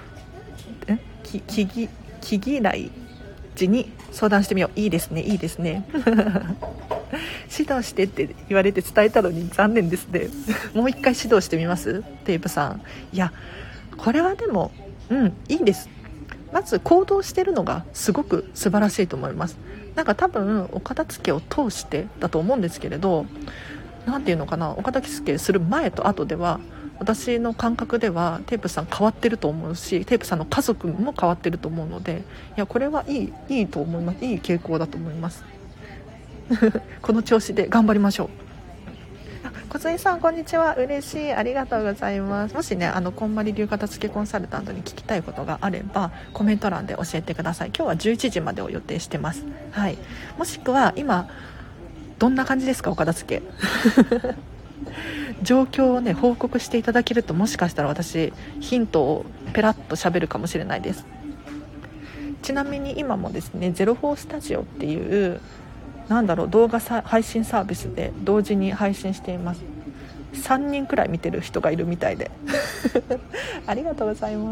時に相談してみよう。いいですね、いいですね指導してって言われて伝えたのに残念ですねもう一回指導してみます？テープさん。いや、これはでもいいです。まず行動してるのがすごく素晴らしいと思います。なんか多分お片付けを通してだと思うんですけれど、なんていうのかな、お片付けする前と後では、私の感覚ではテープさん変わってると思うし、テープさんの家族も変わってると思うので、いや、これはいいと思います。いい傾向だと思いますこの調子で頑張りましょう。小杉さん、こんにちは。嬉しい、ありがとうございます。もしね、こんまり流片付けコンサルタントに聞きたいことがあればコメント欄で教えてください。今日は11時までを予定してます。はい。もしくは今どんな感じですか、お片付け状況をね報告していただけると、もしかしたら私ヒントをペラッと喋るかもしれないです。ちなみに今もですね、04スタジオっていう動画配信サービスで同時に配信しています。3人くらい見てる人がいるみたいでありがとうございます。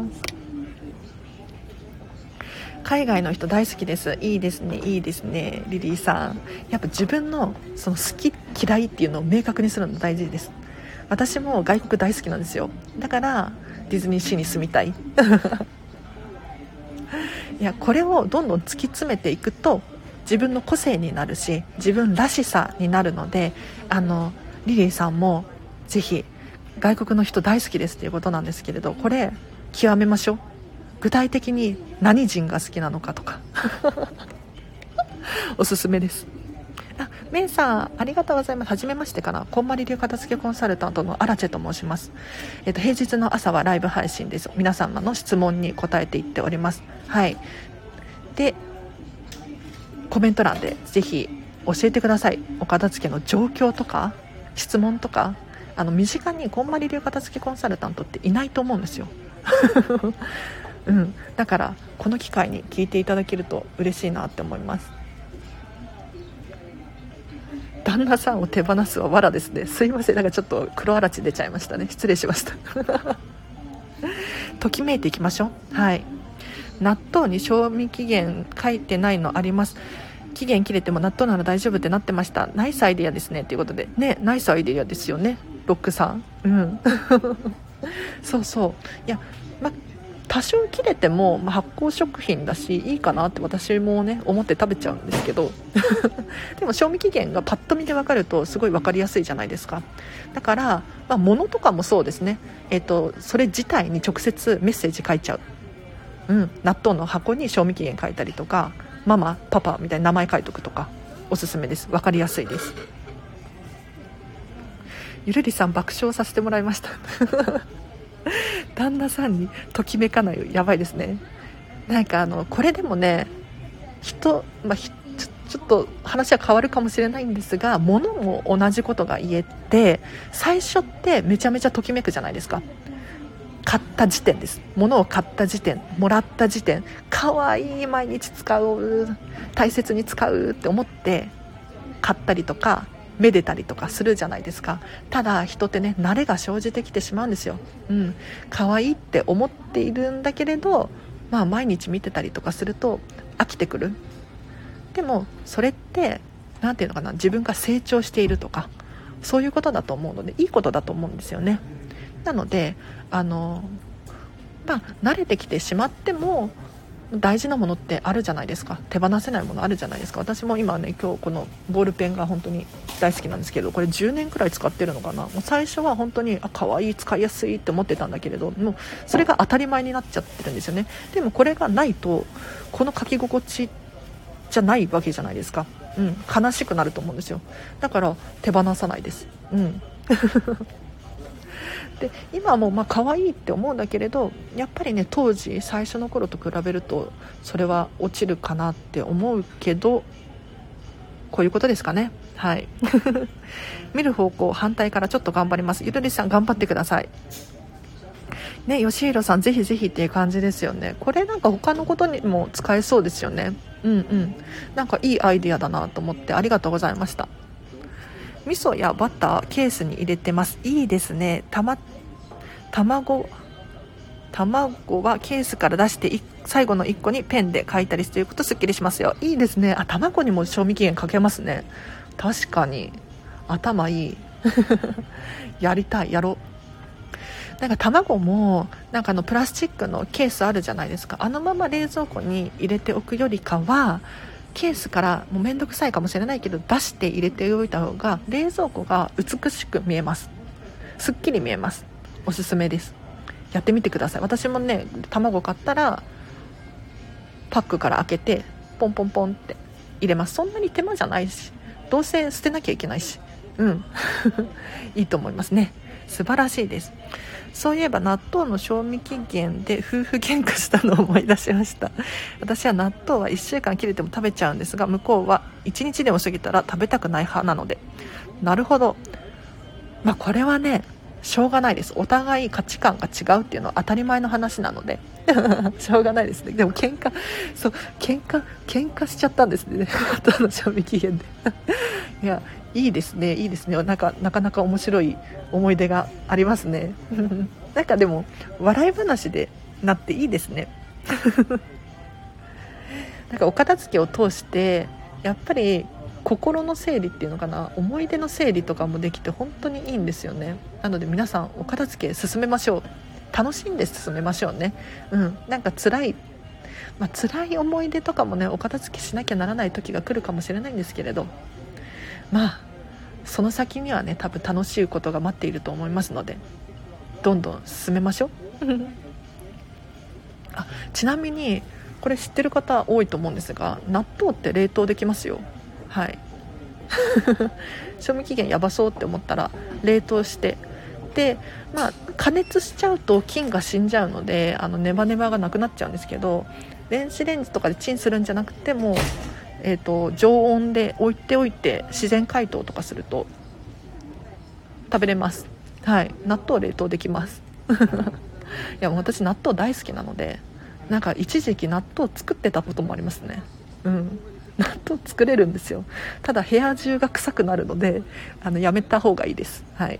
海外の人大好きです。いいですね、いいですね。リリーさん、やっぱ自分のその好き嫌いっていうのを明確にするの大事です。私も外国大好きなんですよ。だからディズニーシーに住みたいいや、これをどんどん突き詰めていくと自分の個性になるし、自分らしさになるので、リリーさんもぜひ、外国の人大好きですっていうことなんですけれど、これ極めましょう。具体的に何人が好きなのかとかおすすめです。メイさんありがとうございます。はじめましてかな。こんまり流片付けコンサルタントのアラチェと申します。平日の朝はライブ配信です。皆様の質問に答えていっております。はい。で、コメント欄でぜひ教えてください。お片付けの状況とか質問とか。身近にこんまり流片付けコンサルタントっていないと思うんですよだからこの機会に聞いていただけると嬉しいなって思います。旦那さんを手放すは藁ですね。すいません、なんかちょっと黒あらち出ちゃいましたね。失礼しましたときめいていきましょう。はい。納豆に賞味期限書いてないのあります。期限切れても納豆なら大丈夫ってなってました。ナイスアイデアですねということでね。ナイスアイデアですよね、ロックさん。そうそう。いや、多少切れても、発酵食品だしいいかなって私もね思って食べちゃうんですけどでも賞味期限がパッと見で分かるとすごい分かりやすいじゃないですか。だから、物とかもそうですね。それ自体に直接メッセージ書いちゃう。納豆の箱に賞味期限書いたりとか、ママパパみたいな名前書いとくとかおすすめです。分かりやすいです。ゆるりさん爆笑させてもらいました旦那さんにときめかないやばいですね。なんかこれでもね、ちょっと話は変わるかもしれないんですが、物も同じことが言えて、最初ってめちゃめちゃときめくじゃないですか。買った時点です。物を買った時点、もらった時点、かわいい、毎日使う、大切に使うって思って買ったりとかめでたりとかするじゃないですか。ただ人ってね、慣れが生じてきてしまうんですよ。可愛いって思っているんだけれど、毎日見てたりとかすると飽きてくる。でもそれってなんていうのかな、自分が成長しているとかそういうことだと思うので、いいことだと思うんですよね。なので慣れてきてしまっても大事なものってあるじゃないですか。手放せないものあるじゃないですか。私も今ね、今日このボールペンが本当に大好きなんですけど、これ10年くらい使ってるのかな。もう最初は本当に可愛い、使いやすいって思ってたんだけれども、それが当たり前になっちゃってるんですよね。でもこれがないとこの書き心地じゃないわけじゃないですか。悲しくなると思うんですよ。だから手放さないです。で今も可愛いって思うんだけれど、やっぱりね、当時最初の頃と比べるとそれは落ちるかなって思うけど、こういうことですかね。はい見る方向反対からちょっと頑張ります。ゆるりさん頑張ってくださいね。よしひろさんぜひぜひっていう感じですよね。これなんか他のことにも使えそうですよね。なんかいいアイディアだなと思ってありがとうございました。味噌やバターケースに入れてます。いいですね。卵はケースから出して最後の1個にペンで書いたりするとすっきりしますよ。いいですね。卵にも賞味期限かけますね。確かに頭いいやりたい、やろう。なんか卵もなんかプラスチックのケースあるじゃないですか。あのまま冷蔵庫に入れておくよりかは、ケースからもうめんどくさいかもしれないけど出して入れておいた方が冷蔵庫が美しく見えます。すっきり見えます。おすすめです。やってみてください。私もね、卵買ったらパックから開けてポンポンポンって入れます。そんなに手間じゃないし、どうせ捨てなきゃいけないし、いいと思いますね。素晴らしいです。そういえば納豆の賞味期限で夫婦喧嘩したのを思い出しました。私は納豆は1週間切れても食べちゃうんですが、向こうは1日でも過ぎたら食べたくない派なので。なるほど。これはね、しょうがないです。お互い価値観が違うっていうのは当たり前の話なのでしょうがないですね。でも喧嘩しちゃったんですね納豆の賞味期限でいや、いいですね、いいですね。なかなか面白い思い出がありますねなんかでも笑い話でなっていいですねなんかお片付けを通してやっぱり心の整理っていうのかな、思い出の整理とかもできて本当にいいんですよね。なので皆さんお片付け進めましょう。楽しんで進めましょうね。なんか辛い辛い思い出とかもねお片付けしなきゃならない時が来るかもしれないんですけれど、その先にはね多分楽しいことが待っていると思いますので、どんどん進めましょうちなみにこれ知ってる方多いと思うんですが、納豆って冷凍できますよ。はい賞味期限やばそうって思ったら冷凍して、で加熱しちゃうと菌が死んじゃうのでネバネバがなくなっちゃうんですけど、電子レンジとかでチンするんじゃなくても常温で置いておいて自然解凍とかすると食べれます。はい、納豆冷凍できますいやもう私納豆大好きなので、なんか一時期納豆作ってたこともありますね。納豆作れるんですよ。ただ部屋中が臭くなるのでやめた方がいいです。はい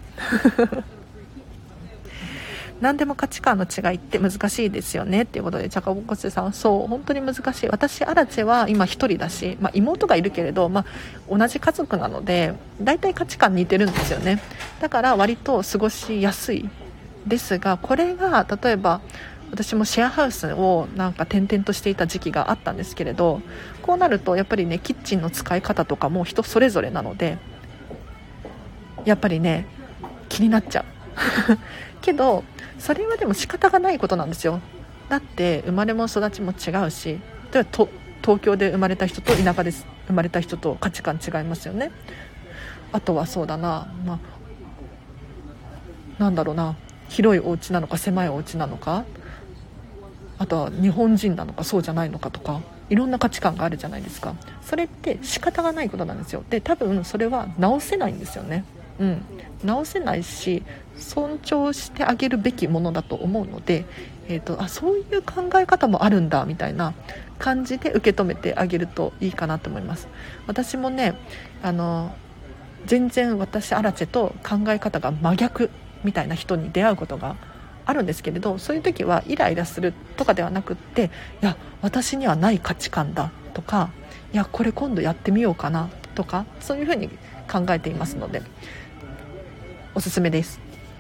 何でも価値観の違いって難しいですよねっていうことで、チャカボコチさん、そう本当に難しい。私アラチェは今一人だし、妹がいるけれど、同じ家族なので大体価値観似てるんですよね。だから割と過ごしやすいですが、これが例えば私もシェアハウスをなんか転々としていた時期があったんですけれど、こうなるとやっぱりねキッチンの使い方とかも人それぞれなので、やっぱりね気になっちゃうけどそれはでも仕方がないことなんですよ。だって生まれも育ちも違うし、例えば東京で生まれた人と田舎で生まれた人と価値観違いますよね。あとはそうだな、なんだろうな、広いお家なのか狭いお家なのか、あとは日本人なのかそうじゃないのかとか、いろんな価値観があるじゃないですか。それって仕方がないことなんですよ。で多分それは直せないんですよね。直せないし尊重してあげるべきものだと思うので、そういう考え方もあるんだみたいな感じで受け止めてあげるといいかなと思います。私もね全然私アラチェと考え方が真逆みたいな人に出会うことがあるんですけれど、そういう時はイライラするとかではなくって、いや私にはない価値観だとか、いやこれ今度やってみようかなとか、そういうふうに考えていますのでおすすめです。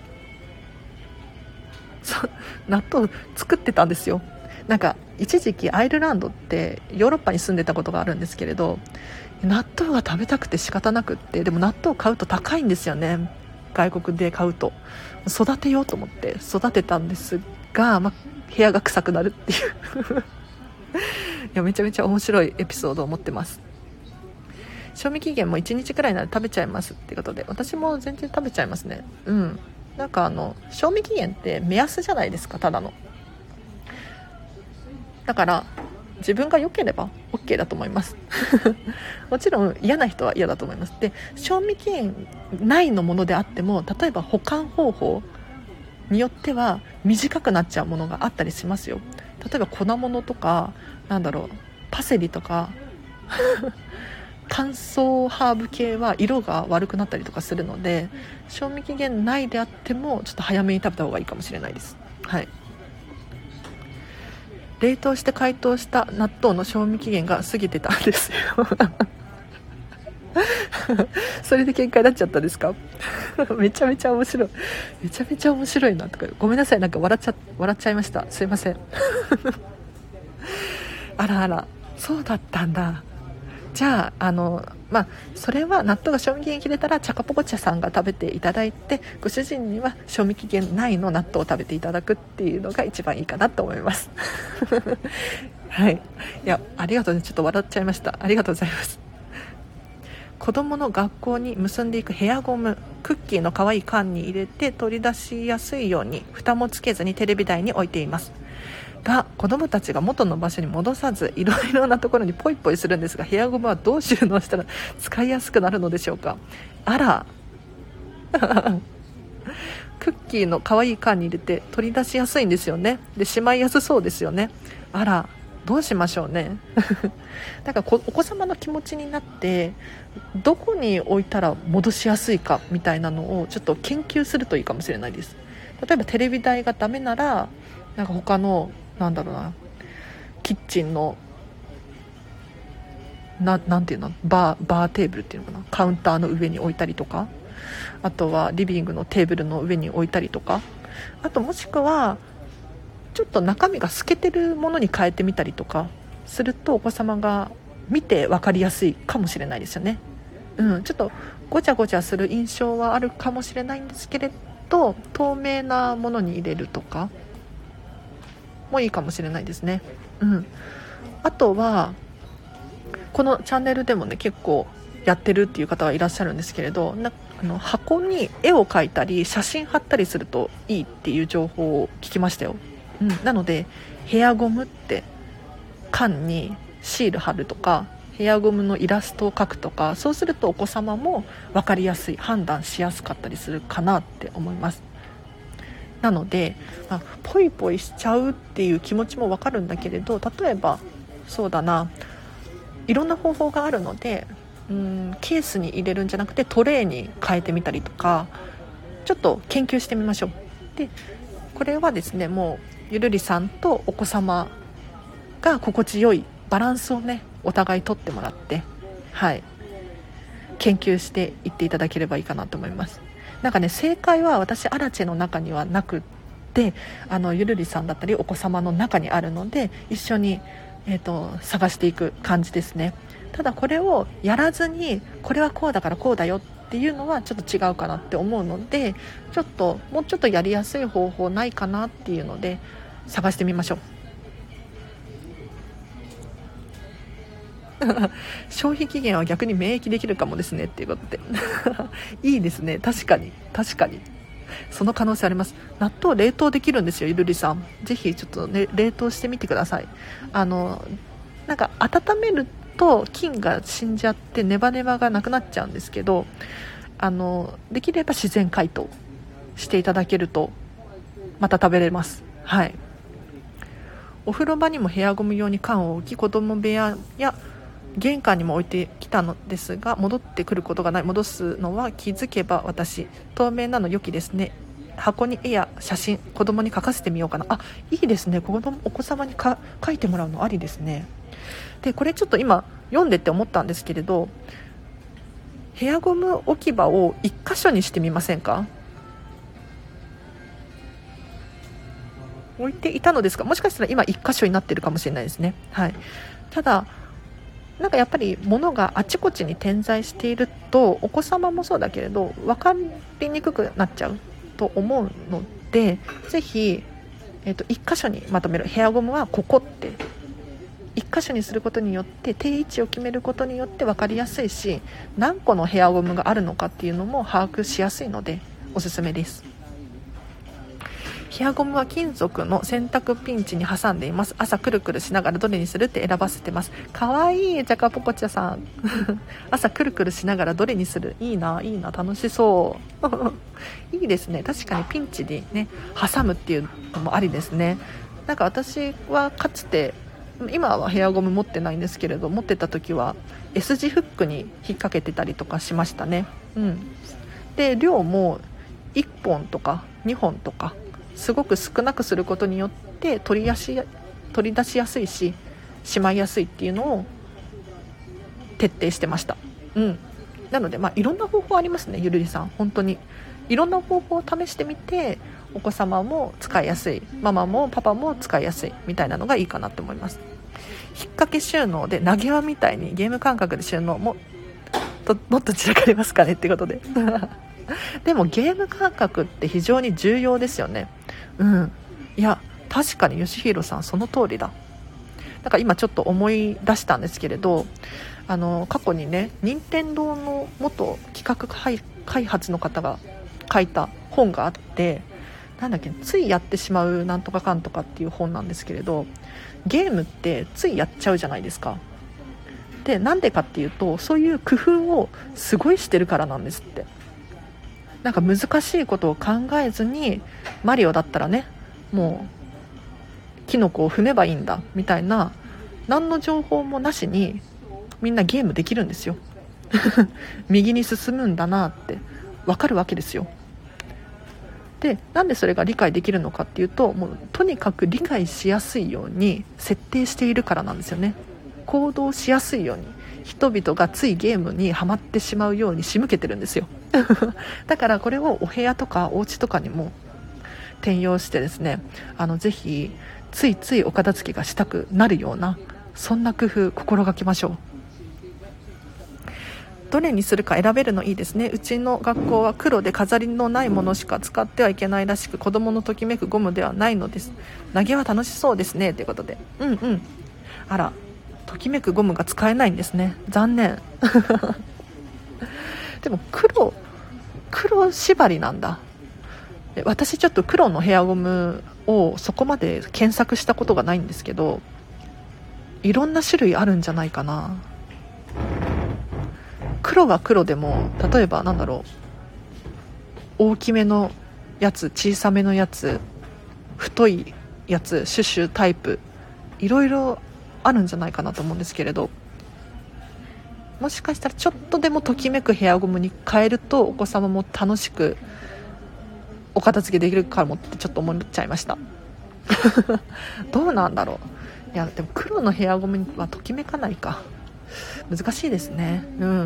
納豆作ってたんですよ。なんか一時期アイルランドってヨーロッパに住んでたことがあるんですけれど、納豆が食べたくて仕方なくって、でも納豆買うと高いんですよね。外国で買うと育てようと思って育てたんですが、部屋が臭くなるっていういやめちゃめちゃ面白いエピソードを持ってます。賞味期限も1日くらいなら食べちゃいますってことで、私も全然食べちゃいますね。なんか賞味期限って目安じゃないですか、ただの。だから自分が良ければ OK だと思いますもちろん嫌な人は嫌だと思います。で賞味期限内のものであっても、例えば保管方法によっては短くなっちゃうものがあったりしますよ。例えば粉物とかパセリとか乾燥ハーブ系は色が悪くなったりとかするので、賞味期限内であってもちょっと早めに食べた方がいいかもしれないです。はい。冷凍して解凍した納豆の賞味期限が過ぎてたんですよそれで喧嘩になっちゃったんですかめちゃめちゃ面白い、めちゃめちゃ面白いなとか、ごめんなさい、なんか笑っちゃいました。すいませんあらあら、そうだったんだ。じゃあそれは納豆が賞味期限切れたらチャカポコチャさんが食べていただいて、ご主人には賞味期限内の納豆を食べていただくっていうのが一番いいかなと思いますはい、いやありがとうね、ちょっと笑っちゃいました。ありがとうございます。子供の学校に結んでいくヘアゴム、クッキーの可愛い缶に入れて取り出しやすいように蓋もつけずにテレビ台に置いていますが、子供たちが元の場所に戻さずいろいろなところにポイポイするんですが、ヘアゴムはどう収納したら使いやすくなるのでしょうか。あらクッキーの可愛い缶に入れて取り出しやすいんですよね。でしまいやすそうですよね。あら、どうしましょうねだからお子様の気持ちになってどこに置いたら戻しやすいかみたいなのをちょっと研究するといいかもしれないです。例えばテレビ台がダメならなんか他のキッチンのなんていうの、バーテーブルっていうのかな、カウンターの上に置いたりとか、あとはリビングのテーブルの上に置いたりとか、あともしくはちょっと中身が透けてるものに変えてみたりとかするとお子様が見て分かりやすいかもしれないですよね。ちょっとごちゃごちゃする印象はあるかもしれないんですけれど、透明なものに入れるとかもいいかもしれないですね。あとはこのチャンネルでもね結構やってるっていう方はいらっしゃるんですけれど、箱に絵を描いたり写真貼ったりするといいっていう情報を聞きましたよ。なのでヘアゴムって缶にシール貼るとかヘアゴムのイラストを描くとか、そうするとお子様も分かりやすい、判断しやすかったりするかなって思います。なので、ポイポイしちゃうっていう気持ちも分かるんだけれど、例えばそうだな、いろんな方法があるので、ケースに入れるんじゃなくてトレーに変えてみたりとか、ちょっと研究してみましょう。でこれはですね、もうゆるりさんとお子様が心地よいバランスをねお互い取ってもらって、研究していっていただければいいかなと思います。なんかね、正解は私アラチェの中にはなくって、ゆるりさんだったりお子様の中にあるので、一緒に、探していく感じですね。ただこれをやらずにこれはこうだからこうだよっていうのはちょっと違うかなって思うので、もうちょっとやりやすい方法ないかなっていうので探してみましょう。消費期限は逆に免疫できるかもですねっていうことでいいですね。確かにその可能性あります。納豆冷凍できるんですよ、ゆるりさん。ぜひちょっとね冷凍してみてください。なんか温めると菌が死んじゃってネバネバがなくなっちゃうんですけど、できれば自然解凍していただけるとまた食べれます。お風呂場にもヘアゴム用に缶を置き、子供部屋や玄関にも置いてきたのですが戻ってくることがない。戻すのは気づけば私。透明なの良きですね。箱に絵や写真子供に描かせてみようかな。いいですね。お子様に描いてもらうのありですね。でこれちょっと今読んでて思ったんですけれど、ヘアゴム置き場を1箇所にしてみませんか。置いていたのですが、もしかしたら今1箇所になってるかもしれないですね。ただなんかやっぱり物があちこちに点在しているとお子様もそうだけれど分かりにくくなっちゃうと思うので、ぜひ、1箇所にまとめる。ヘアゴムはここって1箇所にすることによって定位置を決めることによって分かりやすいし、何個のヘアゴムがあるのかっていうのも把握しやすいのでおすすめです。ヘアゴムは金属の洗濯ピンチに挟んでいます。朝くるくるしながらどれにするって選ばせてます。かわいいジャカポコチャさん朝くるくるしながらどれにする。いいな楽しそういいですね。確かにピンチにね挟むっていうのもありですね。なんか私はかつて、今はヘアゴム持ってないんですけれど、持ってた時は S 字フックに引っ掛けてたりとかしましたね。で量も1本とか2本とかすごく少なくすることによって取り出しやすいししまいやすいっていうのを徹底してました。なのでいろんな方法ありますね、ゆるりさん。本当にいろんな方法を試してみて、お子様も使いやすい、ママもパパも使いやすいみたいなのがいいかなと思います。引っ掛け収納で投げ輪みたいにゲーム感覚で収納もっと散らかりますかねってことででもゲーム感覚って非常に重要ですよね。いや確かによしひろさんその通りだ。だから今ちょっと思い出したんですけれど、過去にね任天堂の元企画開発の方が書いた本があって、なんだっけ、ついやってしまうなんとかかんとかっていう本なんですけれど、ゲームってついやっちゃうじゃないですか。でなんでかっていうと、そういう工夫をすごいしてるからなんですって。なんか難しいことを考えずに、マリオだったらねもうキノコを踏めばいいんだみたいな、何の情報もなしにみんなゲームできるんですよ右に進むんだなって分かるわけですよ。でなんでそれが理解できるのかっていうと、もうとにかく理解しやすいように設定しているからなんですよね。行動しやすいように人々がついゲームにはまってしまうように仕向けてるんですよだからこれをお部屋とかお家とかにも転用してですね、ぜひついついお片付けがしたくなるような、そんな工夫心がけましょう。どれにするか選べるのいいですね。うちの学校は黒で飾りのないものしか使ってはいけないらしく、子供のときめくゴムではないのです。投げは楽しそうですねということで、あら、ときめくゴムが使えないんですね。残念でも黒縛りなんだ。私ちょっと黒のヘアゴムをそこまで検索したことがないんですけど、いろんな種類あるんじゃないかな。黒が黒でも、例えば大きめのやつ、小さめのやつ、太いやつ、シュシュタイプ、いろいろあるんじゃないかなと思うんですけれど、もしかしたらちょっとでもときめくヘアゴムに変えると、お子様も楽しくお片付けできるかもってちょっと思っちゃいましたどうなんだろう。いやでも黒のヘアゴムにはときめかないか、難しいですね。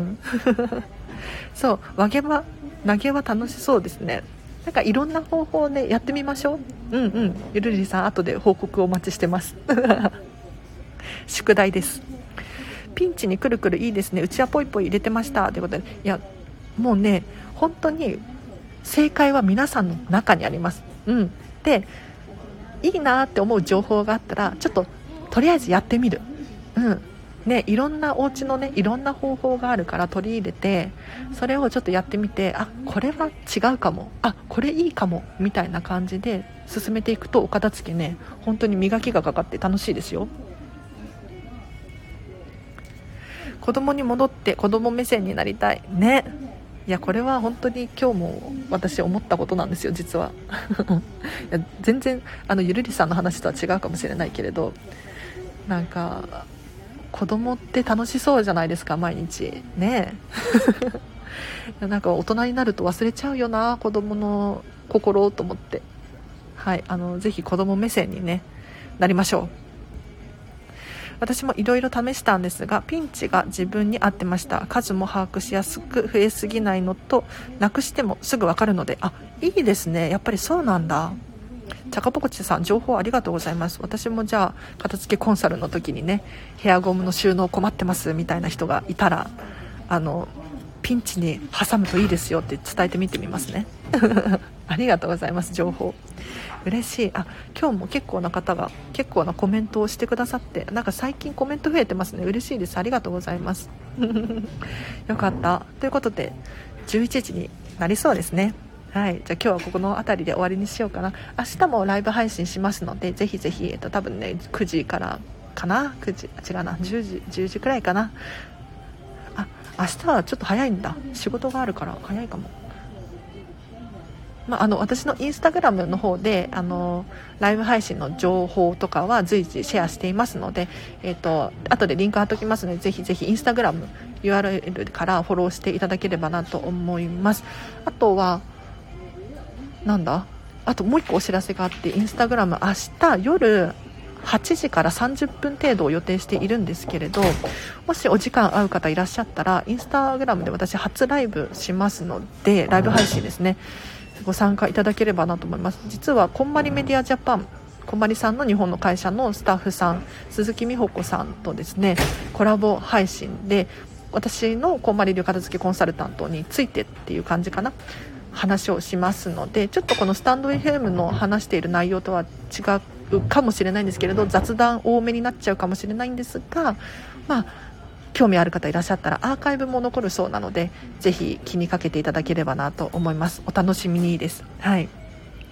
そう、投げは楽しそうですね。なんかいろんな方法でやってみましょう。ゆるりさん、後で報告お待ちしてます宿題です。ピンチにくるくるいいですね。うちはポイポイ入れてましたということで、いやもうね、本当に正解は皆さんの中にあります。で、いいなって思う情報があったら、ちょっととりあえずやってみる。いろんなお家のね、いろんな方法があるから取り入れて、それをちょっとやってみて、これは違うかも、これいいかもみたいな感じで進めていくと、お片付けね、本当に磨きがかかって楽しいですよ。子供に戻って子供目線になりたいね。いやこれは本当に今日も私思ったことなんですよ、実はいや全然ゆるりさんの話とは違うかもしれないけれど、なんか子供って楽しそうじゃないですか、毎日ねなんか大人になると忘れちゃうよな、子供の心と思って、はい、ぜひ子供目線にねなりましょう。私もいろいろ試したんですが、ピンチが自分に合ってました。数も把握しやすく、増えすぎないのと、なくしてもすぐ分かるので、いいですね、やっぱりそうなんだ。チャカポコチさん、情報ありがとうございます。私もじゃあ片付けコンサルの時にね、ヘアゴムの収納困ってますみたいな人がいたら、ピンチに挟むといいですよって伝えてみてみますねありがとうございます、情報嬉しい。今日も結構な方が結構なコメントをしてくださって、なんか最近コメント増えてますね。嬉しいです、ありがとうございますよかった。ということで11時になりそうですね。はい、じゃあ今日はここの辺りで終わりにしようかな。明日もライブ配信しますので、ぜひぜひ、多分ね9時からかな、9時違うな、10時くらいかな。明日はちょっと早いんだ、仕事があるから早いかも。私のインスタグラムの方でライブ配信の情報とかは随時シェアしていますので、後でリンク貼っておきますので、ぜひぜひインスタグラム URL からフォローしていただければなと思います。あとはあともう一個お知らせがあって、インスタグラム明日夜8時から30分程度を予定しているんですけれど、もしお時間合う方いらっしゃったら、インスタグラムで私初ライブしますので、ライブ配信ですね、ご参加いただければなと思います。実はこんまりメディアジャパン、こんまりさんの日本の会社のスタッフさん、鈴木美穂子さんとですねコラボ配信で、私のこんまり流片付けコンサルタントについてっていう感じかな、話をしますので、ちょっとこのスタンド FM の話している内容とは違うかもしれないんですけれど、雑談多めになっちゃうかもしれないんですが、興味ある方いらっしゃったらアーカイブも残るそうなので、ぜひ気にかけていただければなと思います。お楽しみにです。はい。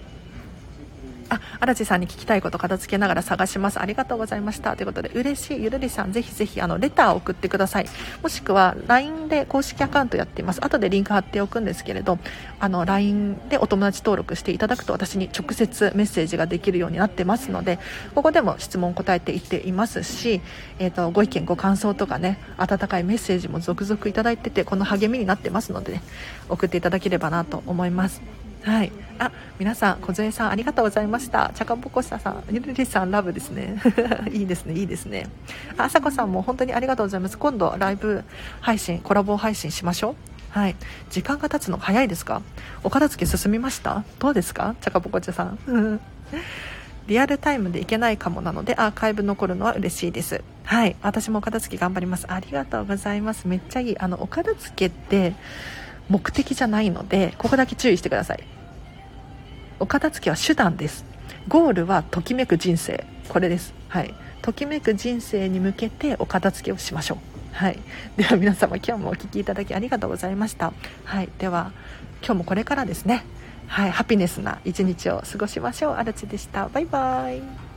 荒地さんに聞きたいこと片付けながら探します。ありがとうございました。ということで、嬉しい。ゆるりさん、ぜひぜひレターを送ってください。もしくは LINE で公式アカウントやっています。後でリンク貼っておくんですけれど、LINE でお友達登録していただくと、私に直接メッセージができるようになってますので、ここでも質問答えていっていますし、ご意見ご感想とかね、温かいメッセージも続々いただいてて、この励みになってますので、ね、送っていただければなと思います。はい、皆さん、小添さんありがとうございました。チャカポコシタさん、ゆるりさんラブですねいいですね、いいですね。あさこさんも本当にありがとうございます。今度ライブ配信、コラボ配信しましょはい、時間が経つのが早いですか？お片付け進みました？どうですか、ちゃかぽこちゃさんリアルタイムでいけないかもなのでアーカイブ残るのは嬉しいです。はい、私もお片付け頑張ります。ありがとうございます。めっちゃいい。お片付けって目的じゃないので、ここだけ注意してください。お片付けは手段です。ゴールはときめく人生、これです。はい、ときめく人生に向けてお片付けをしましょう。はい、では皆様、今日もお聞きいただきありがとうございました。はい、では今日もこれからですね、はい、ハピネスな一日を過ごしましょう。あらちでした。バイバイ。